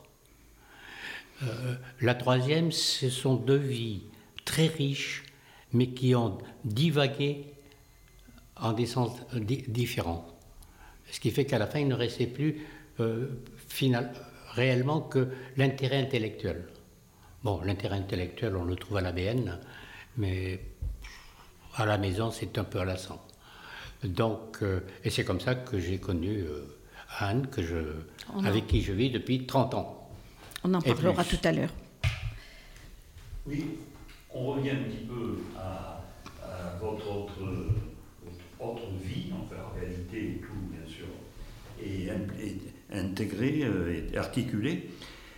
La troisième, ce sont deux vies très riches, mais qui ont divagué en des sens différents. Ce qui fait qu'à la fin, il ne restait plus réellement que l'intérêt intellectuel. Bon, l'intérêt intellectuel, on le trouve à l'ABN, mais à la maison, c'est un peu lassant. Donc, et c'est comme ça que j'ai connu Anne, avec qui je vis depuis 30 ans. On en parlera tout à l'heure. Oui, on revient un petit peu à votre autre vie, enfin en réalité et tout, bien sûr, et intégrée et articulée.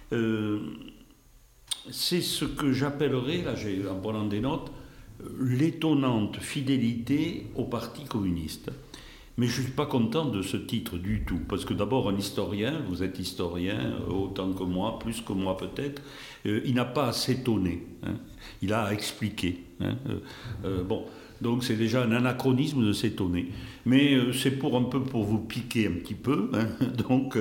C'est ce que j'appellerais, là en prenant des notes, l'étonnante fidélité au Parti communiste. Mais je ne suis pas content de ce titre du tout, parce que d'abord un historien, vous êtes historien autant que moi, plus que moi peut-être, il n'a pas à s'étonner, hein, il a à expliquer. Hein, bon, donc c'est déjà un anachronisme de s'étonner. Mais c'est un peu pour vous piquer un petit peu. Hein, donc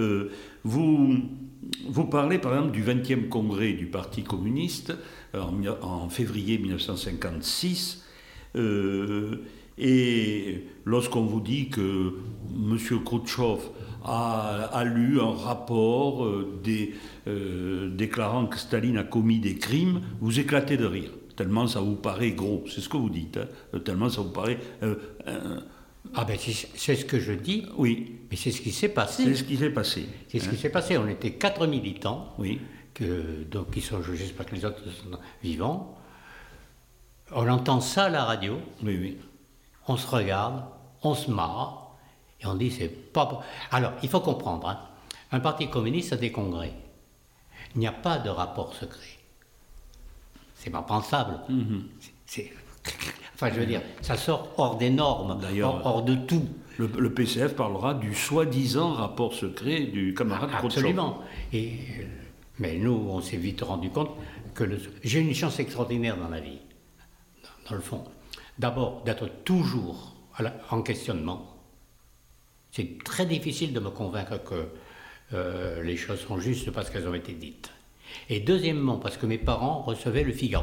vous parlez par exemple du 20e congrès du Parti communiste en février 1956. Et lorsqu'on vous dit que M. Khrouchtchev a lu un rapport déclarant que Staline a commis des crimes, vous éclatez de rire, tellement ça vous paraît gros. C'est ce que vous dites, hein, tellement ça vous paraît... Ah ben c'est ce que je dis, oui. Mais c'est ce qui s'est passé. C'est ce qui s'est passé. C'est ce qui s'est passé. On était 4 militants, oui. Donc qui sont, j'espère que les autres sont vivants. On entend ça à la radio. Oui, oui. On se regarde, on se marre, et on dit c'est pas... Alors, il faut comprendre, hein, un parti communiste a des congrès. Il n'y a pas de rapport secret. C'est pas pensable. Mm-hmm. Enfin, je veux dire, ça sort hors des normes, hors de tout. Le PCF parlera du soi-disant rapport secret du camarade Khrouchtchev. Absolument. Mais nous, on s'est vite rendu compte que j'ai une chance extraordinaire dans la vie, dans le fond. D'abord, d'être toujours en questionnement. C'est très difficile de me convaincre que les choses sont justes parce qu'elles ont été dites. Et deuxièmement, parce que mes parents recevaient le Figaro.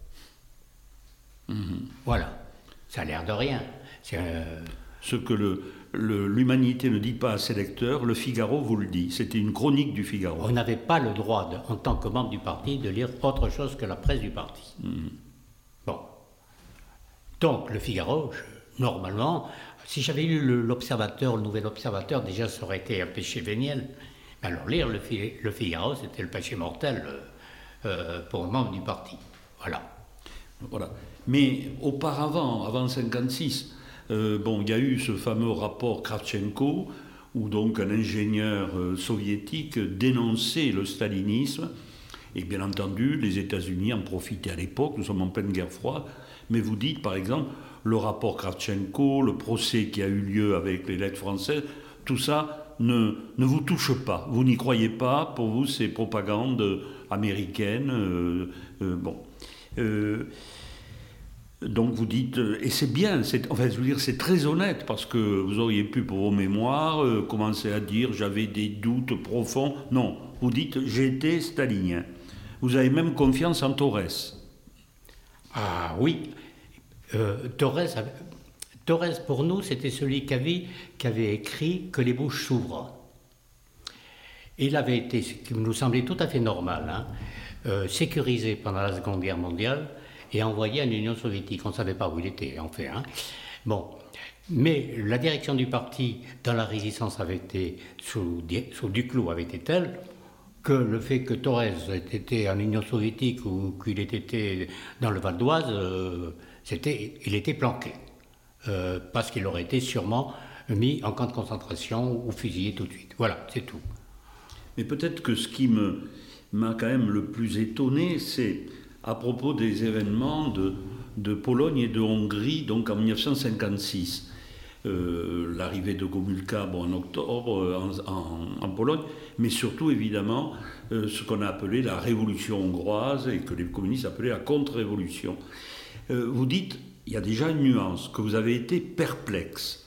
Voilà. Ça a l'air de rien. Ce que l'humanité ne dit pas à ses lecteurs, le Figaro vous le dit. C'était une chronique du Figaro. On n'avait pas le droit, en tant que membre du parti, de lire autre chose que la presse du parti. Bon. Donc, le Figaro, normalement, si j'avais lu l'Observateur, le Nouvel Observateur, déjà ça aurait été un péché véniel. Mais alors, lire le Figaro, c'était le péché mortel pour un membre du parti. Voilà. Mais auparavant, avant 1956, il y a eu ce fameux rapport Kravchenko, où donc un ingénieur soviétique dénonçait le stalinisme. Et bien entendu, les États-Unis en profitaient à l'époque, nous sommes en pleine guerre froide. Mais vous dites, par exemple, le rapport Kravchenko, le procès qui a eu lieu avec les lettres françaises, tout ça ne vous touche pas. Vous n'y croyez pas, pour vous, c'est propagande américaine. Donc vous dites, et c'est bien, c'est très honnête, parce que vous auriez pu, pour vos mémoires, commencer à dire j'avais des doutes profonds. Non, vous dites j'étais stalinien. Vous avez même confiance en Torres. Ah oui, Torres pour nous, c'était celui qui avait écrit que les bouches s'ouvrent. Il avait été, ce qui nous semblait tout à fait normal, sécurisé pendant la Seconde Guerre mondiale et envoyé en Union soviétique. On ne savait pas où il était, en fait. Bon. Mais la direction du parti dans la résistance avait été, sous Duclos, avait été telle que le fait que Torres était en Union soviétique ou qu'il était dans le Val d'Oise, il était planqué. Parce qu'il aurait été sûrement mis en camp de concentration ou fusillé tout de suite. Voilà, c'est tout. Mais peut-être que ce qui me m'a quand même le plus étonné, c'est à propos des événements de Pologne et de Hongrie, donc en 1956. L'arrivée de Gomulka en octobre en Pologne, mais surtout évidemment ce qu'on a appelé la révolution hongroise et que les communistes appelaient la contre-révolution. Vous dites, il y a déjà une nuance, que vous avez été perplexe.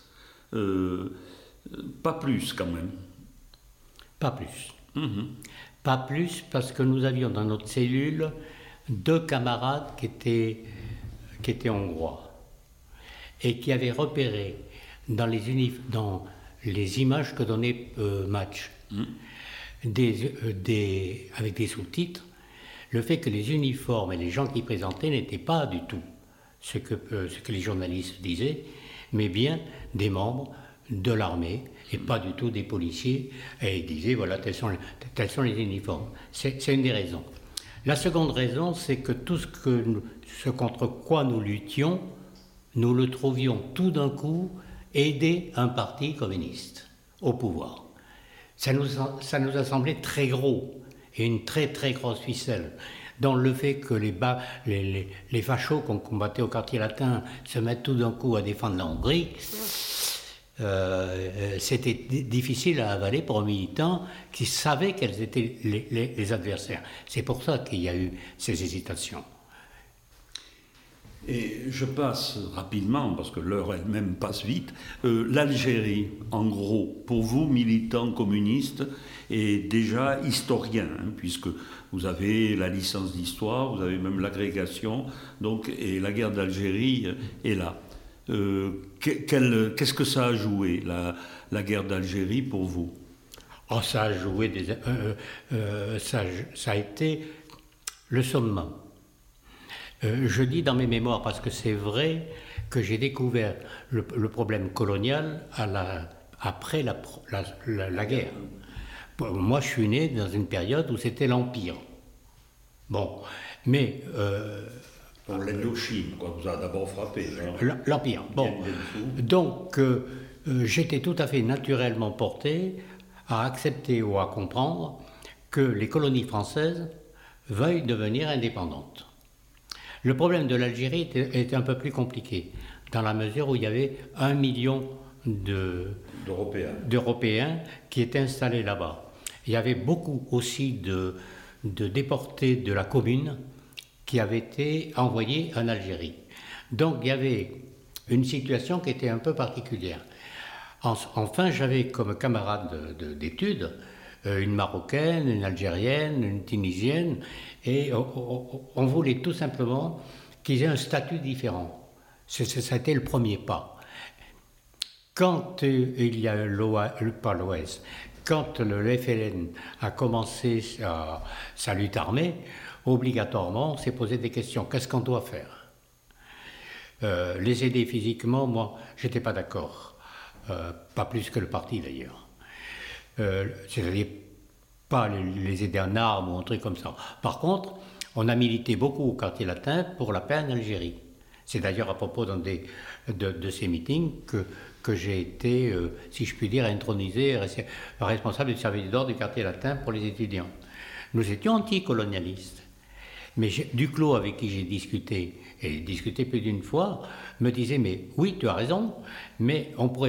Pas plus quand même. Pas plus. Pas plus parce que nous avions dans notre cellule 2 camarades qui étaient hongrois et qui avaient repéré dans les images que donnait Match, avec des sous-titres, le fait que les uniformes et les gens qui présentaient n'étaient pas du tout ce que les journalistes disaient, mais bien des membres de l'armée et pas du tout des policiers. Et ils disaient, voilà, tels sont les uniformes. C'est une des raisons. La seconde raison, c'est que tout ce contre quoi nous luttions, nous le trouvions tout d'un coup aider un parti communiste au pouvoir. Ça nous a semblé très gros et une très très grosse ficelle. Dans le fait que les fachos qu'on combattait au quartier latin se mettent tout d'un coup à défendre la Hongrie, c'était difficile à avaler pour un militant qui savait quels étaient les adversaires. C'est pour ça qu'il y a eu ces hésitations. Et je passe rapidement, parce que l'heure elle-même passe vite, l'Algérie, en gros, pour vous, militants communistes, et déjà historien, puisque vous avez la licence d'histoire, vous avez même l'agrégation, donc, et la guerre d'Algérie est là. Qu'est-ce que ça a joué, la guerre d'Algérie, pour vous? Ça a joué ça a été le summum. Je dis dans mes mémoires, parce que c'est vrai que j'ai découvert le problème colonial après la guerre. Moi, je suis né dans une période où c'était l'Empire. Bon, mais... Pour l'Indochine, quoi, vous a d'abord frappé. L'Empire, bon. Donc, j'étais tout à fait naturellement porté à accepter ou à comprendre que les colonies françaises veuillent devenir indépendantes. Le problème de l'Algérie était un peu plus compliqué, dans la mesure où il y avait 1 million d'Européens qui étaient installés là-bas. Il y avait beaucoup aussi de déportés de la commune qui avaient été envoyés en Algérie. Donc il y avait une situation qui était un peu particulière. Enfin, j'avais comme camarade d'études une Marocaine, une Algérienne, une Tunisienne, et on voulait tout simplement qu'ils aient un statut différent. Ça a été le premier pas. Quand il y a pas l'OS, quand le FLN a commencé sa lutte armée, obligatoirement, on s'est posé des questions. Qu'est-ce qu'on doit faire? Les aider physiquement, moi, j'étais pas d'accord. Pas plus que le parti d'ailleurs. C'est-à-dire pas les aider en armes ou un truc comme ça. Par contre, on a milité beaucoup au quartier latin pour la paix en Algérie. C'est d'ailleurs à propos de ces meetings que j'ai été, si je puis dire, intronisé responsable du service d'ordre du quartier latin pour les étudiants. Nous étions anticolonialistes. Mais Duclos, avec qui j'ai discuté, et discuté plus d'une fois, me disait, mais oui, tu as raison, mais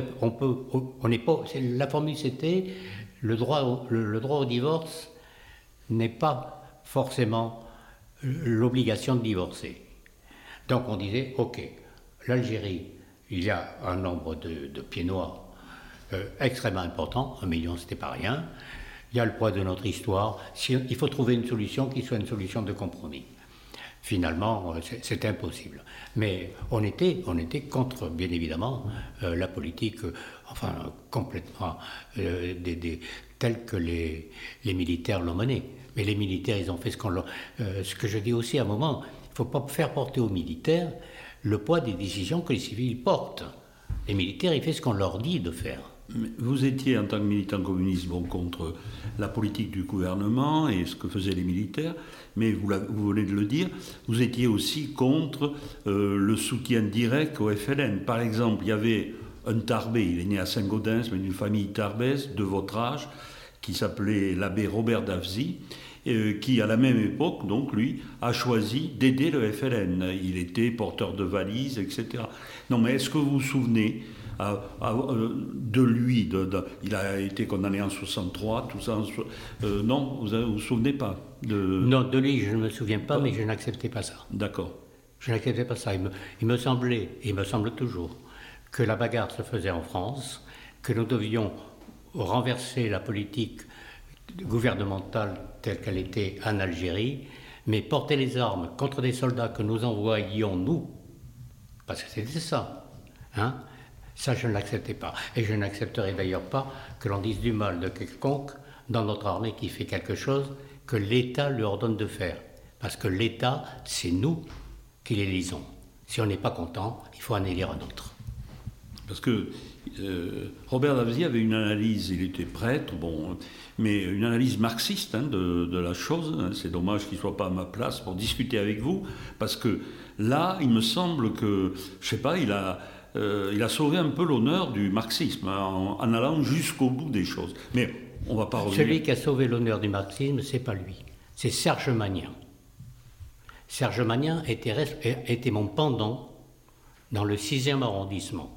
la formule c'était, le droit au divorce n'est pas forcément l'obligation de divorcer. Donc on disait, ok, l'Algérie, il y a un nombre de pieds noirs extrêmement important, 1 million c'était pas rien. Il y a le poids de notre histoire. Il faut trouver une solution qui soit une solution de compromis. Finalement, c'est impossible. Mais on était contre, bien évidemment, la politique, complètement telle que les militaires l'ont menée. Mais les militaires, ils ont fait ce que je dis aussi à un moment, il ne faut pas faire porter aux militaires le poids des décisions que les civils portent. Les militaires, ils font ce qu'on leur dit de faire. Vous étiez, en tant que militant communiste, contre la politique du gouvernement et ce que faisaient les militaires, mais vous venez de le dire, vous étiez aussi contre le soutien direct au FLN. Par exemple, il y avait un Tarbais, il est né à Saint-Gaudens, mais d'une famille tarbaise de votre âge, qui s'appelait l'abbé Robert Davzy, qui à la même époque, donc lui, a choisi d'aider le FLN. Il était porteur de valises, etc. Non, mais est-ce que vous vous souvenez de lui il a été condamné en 63, tout ça. Non, vous vous souvenez pas Non, de lui, je ne me souviens pas, mais je n'acceptais pas ça. D'accord. Je n'acceptais pas ça. Il me semblait, et il me semble toujours, que la bagarre se faisait en France, que nous devions renverser la politique gouvernementale telle qu'elle était en Algérie, mais porter les armes contre des soldats que nous envoyions, nous, parce que c'était ça, hein. Ça, je ne l'acceptais pas. Et je n'accepterai d'ailleurs pas que l'on dise du mal de quiconque dans notre armée qui fait quelque chose que l'État lui ordonne de faire. Parce que l'État, c'est nous qui l'élisons. Si on n'est pas content, il faut en élire un autre. Parce que Robert Davezies avait une analyse, il était prêtre, mais une analyse marxiste de la chose. C'est dommage qu'il ne soit pas à ma place pour discuter avec vous, parce que là, il me semble que, je ne sais pas, il a sauvé un peu l'honneur du marxisme en allant jusqu'au bout des choses. Mais on ne va pas revenir. Celui qui a sauvé l'honneur du marxisme, ce n'est pas lui, c'est Serge Magnan. Serge Magnan était mon pendant dans le 6e arrondissement.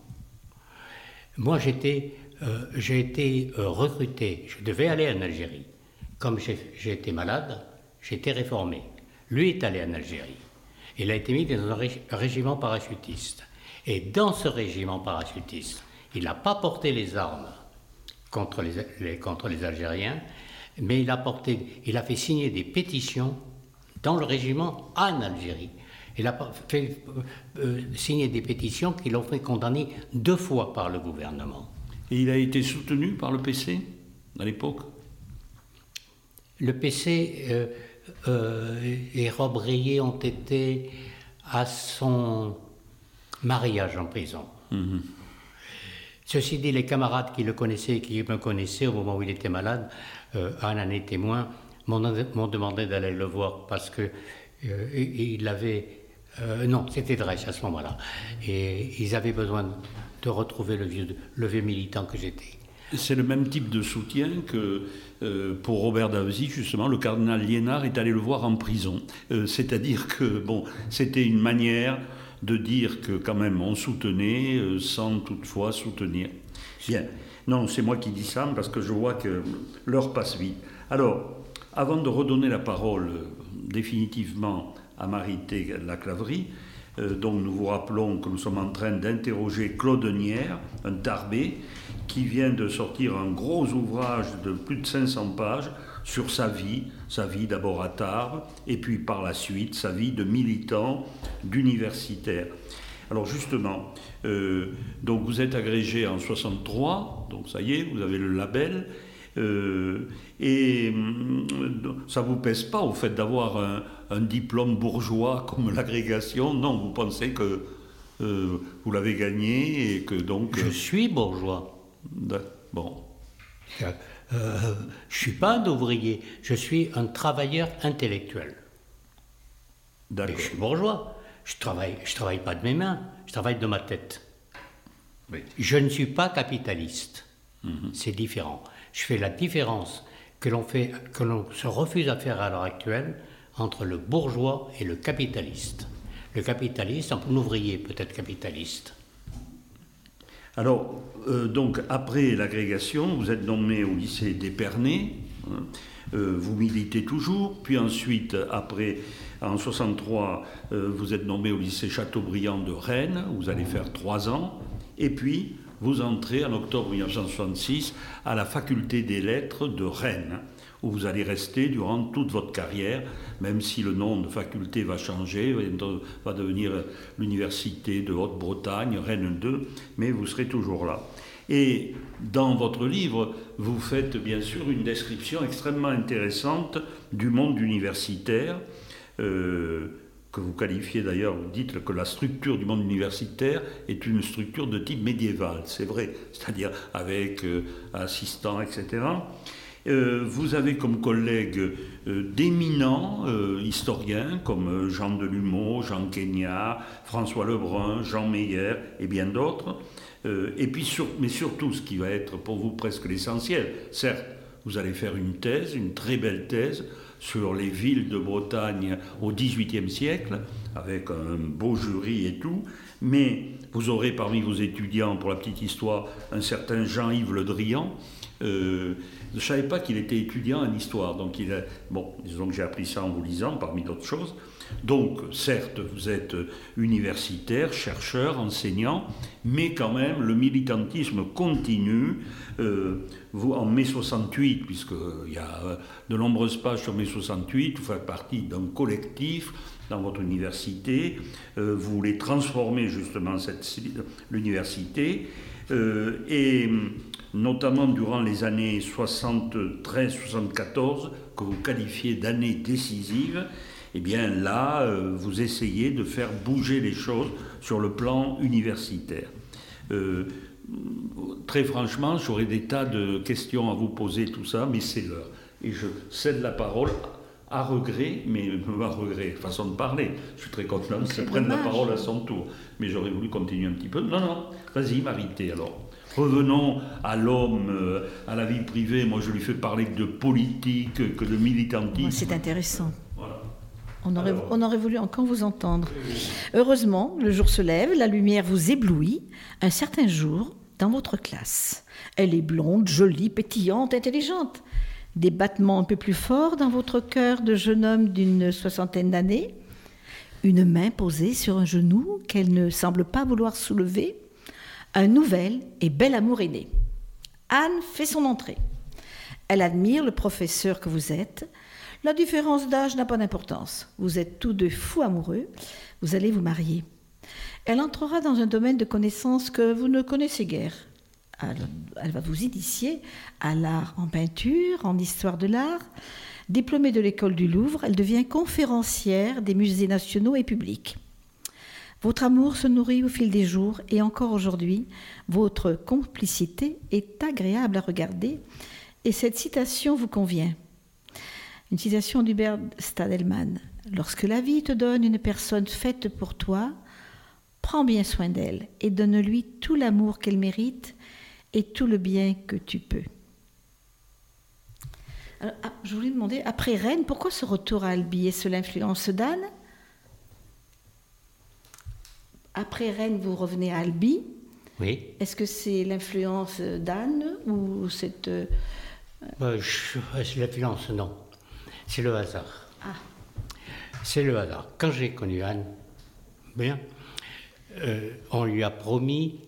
Moi, j'ai été recruté, je devais aller en Algérie. Comme j'ai été malade, j'ai été réformé. Lui est allé en Algérie. Il a été mis dans un régiment parachutiste. Et dans ce régiment parachutiste, il n'a pas porté les armes contre les Algériens, mais il a fait signer des pétitions dans le régiment en Algérie. Il a fait signer des pétitions qui l'ont fait condamner 2 fois par le gouvernement. Et il a été soutenu par le PC à l'époque? Le PC et Rob Rayet ont été à son mariage en prison. Mmh. Ceci dit, les camarades qui le connaissaient et qui me connaissaient au moment où il était malade, à un année témoin, m'ont demandé d'aller le voir parce que il avait... non, c'était Dresch à ce moment-là. Et ils avaient besoin de retrouver le vieux militant que j'étais. C'est le même type de soutien que pour Robert Davezies, justement, le cardinal Liénard est allé le voir en prison. C'est-à-dire que, c'était une manière de dire que quand même on soutenait sans toutefois soutenir. Bien. Non, c'est moi qui dis ça parce que je vois que l'heure passe vite. Alors, avant de redonner la parole définitivement à Marité Laclavrie, donc nous vous rappelons que nous sommes en train d'interroger Claude Nière, un Tarbé, qui vient de sortir un gros ouvrage de plus de 500 pages sur sa vie d'abord à Tarbes, et puis par la suite sa vie de militant, d'universitaire. Alors justement, donc vous êtes agrégé en 63, donc ça y est, vous avez le label, et ça ne vous pèse pas au fait d'avoir un diplôme bourgeois comme l'agrégation? Non, vous pensez que vous l'avez gagné et que donc... Je suis bourgeois. Bon. Je ne suis pas un ouvrier, je suis un travailleur intellectuel. D'accord. Mais je suis bourgeois. Je travaille pas de mes mains, je travaille de ma tête. Oui. Je ne suis pas capitaliste. C'est différent. Je fais la différence que l'on se refuse à faire à l'heure actuelle entre le bourgeois et le capitaliste. Le capitaliste, un ouvrier peut être capitaliste. Alors, donc, après l'agrégation, vous êtes nommé au lycée d'Épernay, vous militez toujours, puis ensuite, après, en 63, vous êtes nommé au lycée Chateaubriand de Rennes, où vous allez faire 3 ans, et puis vous entrez en octobre 1966 à la faculté des lettres de Rennes, où vous allez rester durant toute votre carrière, même si le nom de faculté va changer, va devenir l'université de Haute-Bretagne, Rennes 2, mais vous serez toujours là. Et dans votre livre, vous faites bien sûr une description extrêmement intéressante du monde universitaire, que vous qualifiez d'ailleurs, vous dites que la structure du monde universitaire est une structure de type médiéval, c'est vrai, c'est-à-dire avec assistants, etc. Vous avez comme collègues d'éminents historiens comme Jean Delumeau, Jean Quégnard, François Lebrun, Jean Meyer et bien d'autres. Et puis mais surtout, ce qui va être pour vous presque l'essentiel, certes, vous allez faire une thèse, une très belle thèse, sur les villes de Bretagne au XVIIIe siècle, avec un beau jury et tout, mais vous aurez parmi vos étudiants, pour la petite histoire, un certain Jean-Yves Le Drian. Je ne savais pas qu'il était étudiant en histoire, donc disons que j'ai appris ça en vous lisant, parmi d'autres choses. Donc, certes, vous êtes universitaire, chercheur, enseignant, mais quand même, le militantisme continue. Vous, en mai 68, puisqu'il y a de nombreuses pages sur mai 68, vous faites partie d'un collectif dans votre université. Vous voulez transformer justement l'université. Et notamment durant les années 73-74, que vous qualifiez d'années décisives, eh bien là, vous essayez de faire bouger les choses sur le plan universitaire. Très franchement, j'aurais des tas de questions à vous poser, tout ça, mais c'est l'heure. Et je cède la parole à regret, mais à regret, façon de parler. Je suis très content qu'elle prenne la parole à son tour. Mais j'aurais voulu continuer un petit peu. Non, vas-y, Marité, alors. Revenons à l'homme, à la vie privée. Moi, je lui fais parler que de politique, que de militantisme. C'est intéressant. Voilà. On aurait voulu encore vous entendre. Heureusement, le jour se lève, la lumière vous éblouit. Un certain jour, dans votre classe. Elle est blonde, jolie, pétillante, intelligente. Des battements un peu plus forts dans votre cœur de jeune homme d'une 60aine d'années. Une main posée sur un genou qu'elle ne semble pas vouloir soulever. Un nouvel et bel amour est né. Anne fait son entrée. Elle admire le professeur que vous êtes. La différence d'âge n'a pas d'importance. Vous êtes tous deux fous amoureux. Vous allez vous marier. Elle entrera dans un domaine de connaissances que vous ne connaissez guère. Elle va vous initier à l'art en peinture, en histoire de l'art. Diplômée de l'école du Louvre, elle devient conférencière des musées nationaux et publics. Votre amour se nourrit au fil des jours et encore aujourd'hui, votre complicité est agréable à regarder et cette citation vous convient. Une citation d'Hubert Stadelmann. « Lorsque la vie te donne une personne faite pour toi, prends bien soin d'elle et donne-lui tout l'amour qu'elle mérite et tout le bien que tu peux. » Alors, je voulais demander, après Rennes, pourquoi ce retour à Albi? Est-ce l'influence d'Anne? Après Rennes, vous revenez à Albi. Oui. Est-ce que c'est l'influence d'Anne ou cette... C'est l'influence, non. C'est le hasard. Ah. C'est le hasard. Quand j'ai connu Anne, on lui a promis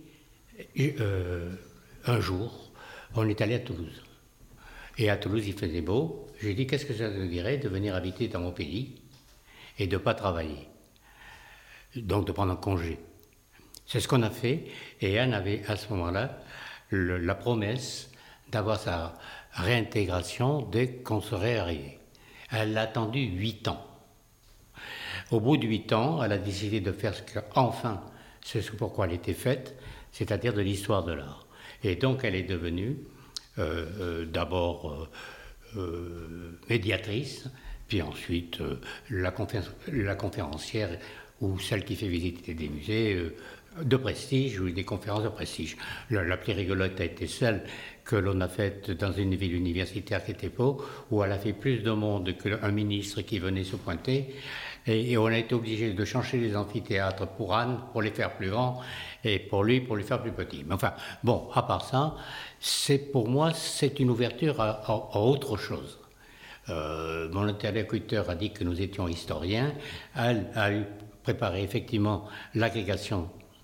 un jour, on est allé à Toulouse. Et à Toulouse, il faisait beau. J'ai dit, qu'est-ce que ça te dirait de venir habiter dans mon pays et de ne pas travailler? Donc de prendre un congé. C'est ce qu'on a fait. Et Anne avait à ce moment-là la promesse d'avoir sa réintégration dès qu'on serait arrivé. Elle a attendu 8 ans. Au bout de 8 ans, elle a décidé de faire ce pourquoi elle était faite, c'est-à-dire de l'histoire de l'art. Et donc elle est devenue d'abord médiatrice, puis ensuite la conférencière ou celle qui fait visiter des musées de prestige ou des conférences de prestige. La plus rigolote a été celle que l'on a faite dans une ville universitaire qui était Pau, où elle a fait plus de monde qu'un ministre qui venait se pointer. Et on a été obligé de changer les amphithéâtres pour Anne, pour les faire plus grands, et pour lui, pour les faire plus petits. Mais enfin, bon, à part ça, pour moi, c'est une ouverture à autre chose. Mon interlocuteur a dit que nous étions historiens. Elle a préparé effectivement l'agrégation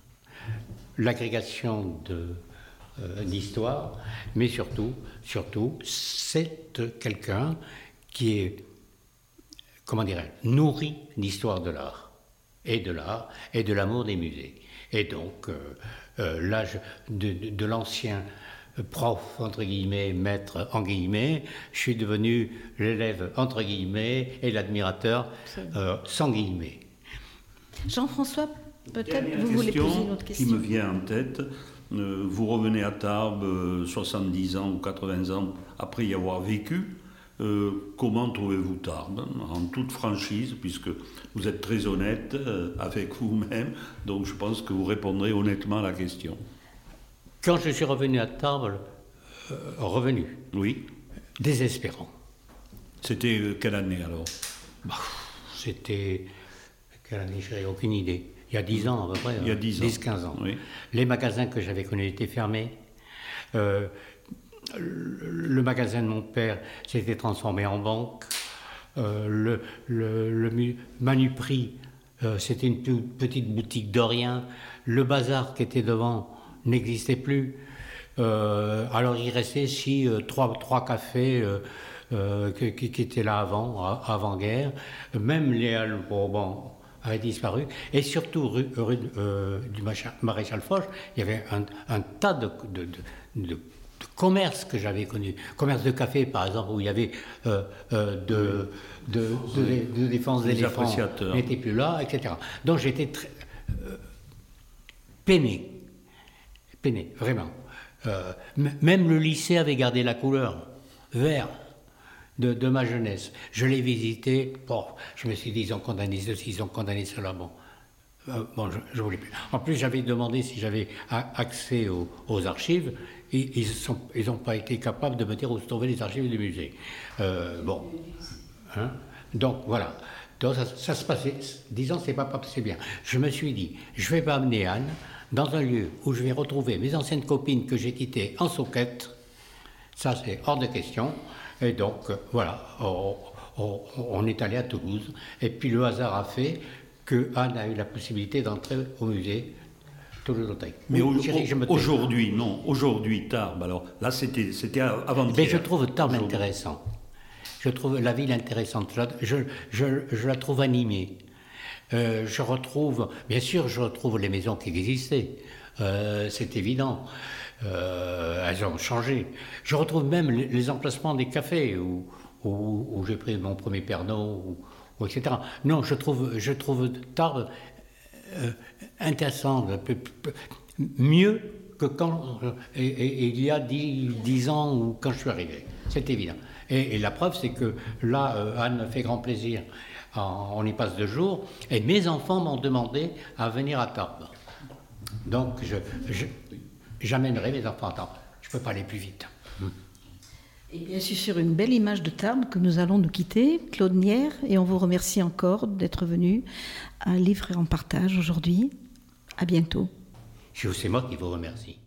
d'histoire, mais surtout, c'est quelqu'un qui est, comment dirais-je, nourri d'histoire de l'art et de l'amour des musées. Et donc, l'âge de l'ancien prof, entre guillemets, maître, en guillemets, je suis devenu l'élève, entre guillemets, et l'admirateur, sans guillemets. Jean-François, peut-être vous voulez poser une autre question qui me vient en tête. Vous revenez à Tarbes 70 ans ou 80 ans après y avoir vécu. Comment trouvez-vous Tarbes, en toute franchise, puisque vous êtes très honnête avec vous-même, donc je pense que vous répondrez honnêtement à la question. Quand je suis revenu à Tarbes, oui, désespérant. C'était quelle année alors? C'était... Quelle année? Je n'ai aucune idée. Il y a 10 ans à peu près. Il y a 10 ans. 10-15 ans. Oui. Les magasins que j'avais connus étaient fermés. Le magasin de mon père s'était transformé en banque. Le Manuprix, c'était une petite boutique de rien. Le bazar qui était devant n'existait plus. Alors il restait trois cafés qui étaient là avant-guerre. Même les Halles Bourbon avaient disparu. Et surtout, rue du Maréchal Foch, il y avait un tas de commerces que j'avais connus. Commerce de café, par exemple, où il y avait de défense d'éléphants n'était plus là, etc. Donc j'étais très peiné, vraiment. Même le lycée avait gardé la couleur vert de ma jeunesse. Je l'ai visité, je me suis dit, ils ont condamné ceci, ils ont condamné cela, bon, je voulais plus. En plus, j'avais demandé si j'avais accès aux archives. Ils n'ont pas été capables de me dire où se trouvaient les archives du musée. Donc voilà. Donc ça se passait, disons, c'est pas passé bien. Je me suis dit, je vais pas amener Anne dans un lieu où je vais retrouver mes anciennes copines que j'ai quittées en soquette. Ça, c'est hors de question. Et donc, voilà, on est allé à Toulouse. Et puis le hasard a fait que Anne a eu la possibilité d'entrer au musée Toulouse-Lautrec. Mais aujourd'hui, Tarbes, alors là, c'était avant-hier. Mais je trouve Tarbes intéressant. Je trouve la ville intéressante. Je la trouve animée. Je retrouve les maisons qui existaient. C'est évident. Elles ont changé. Je retrouve même les emplacements des cafés où j'ai pris mon premier Pernod, etc. Non, je trouve Tarbes intéressant, mieux que quand il y a 10 ans ou quand je suis arrivé. C'est évident. Et la preuve, c'est que là, Anne me fait grand plaisir. On y passe 2 jours. Et mes enfants m'ont demandé à venir à Tarbes. Donc, j'amènerai mes enfants à Tarbes. Je ne peux pas aller plus vite. Et bien, c'est sur une belle image de Tarbes que nous allons nous quitter, Claude Nière, et on vous remercie encore d'être venu à Livre et en partage aujourd'hui. À bientôt. C'est moi qui vous remercie.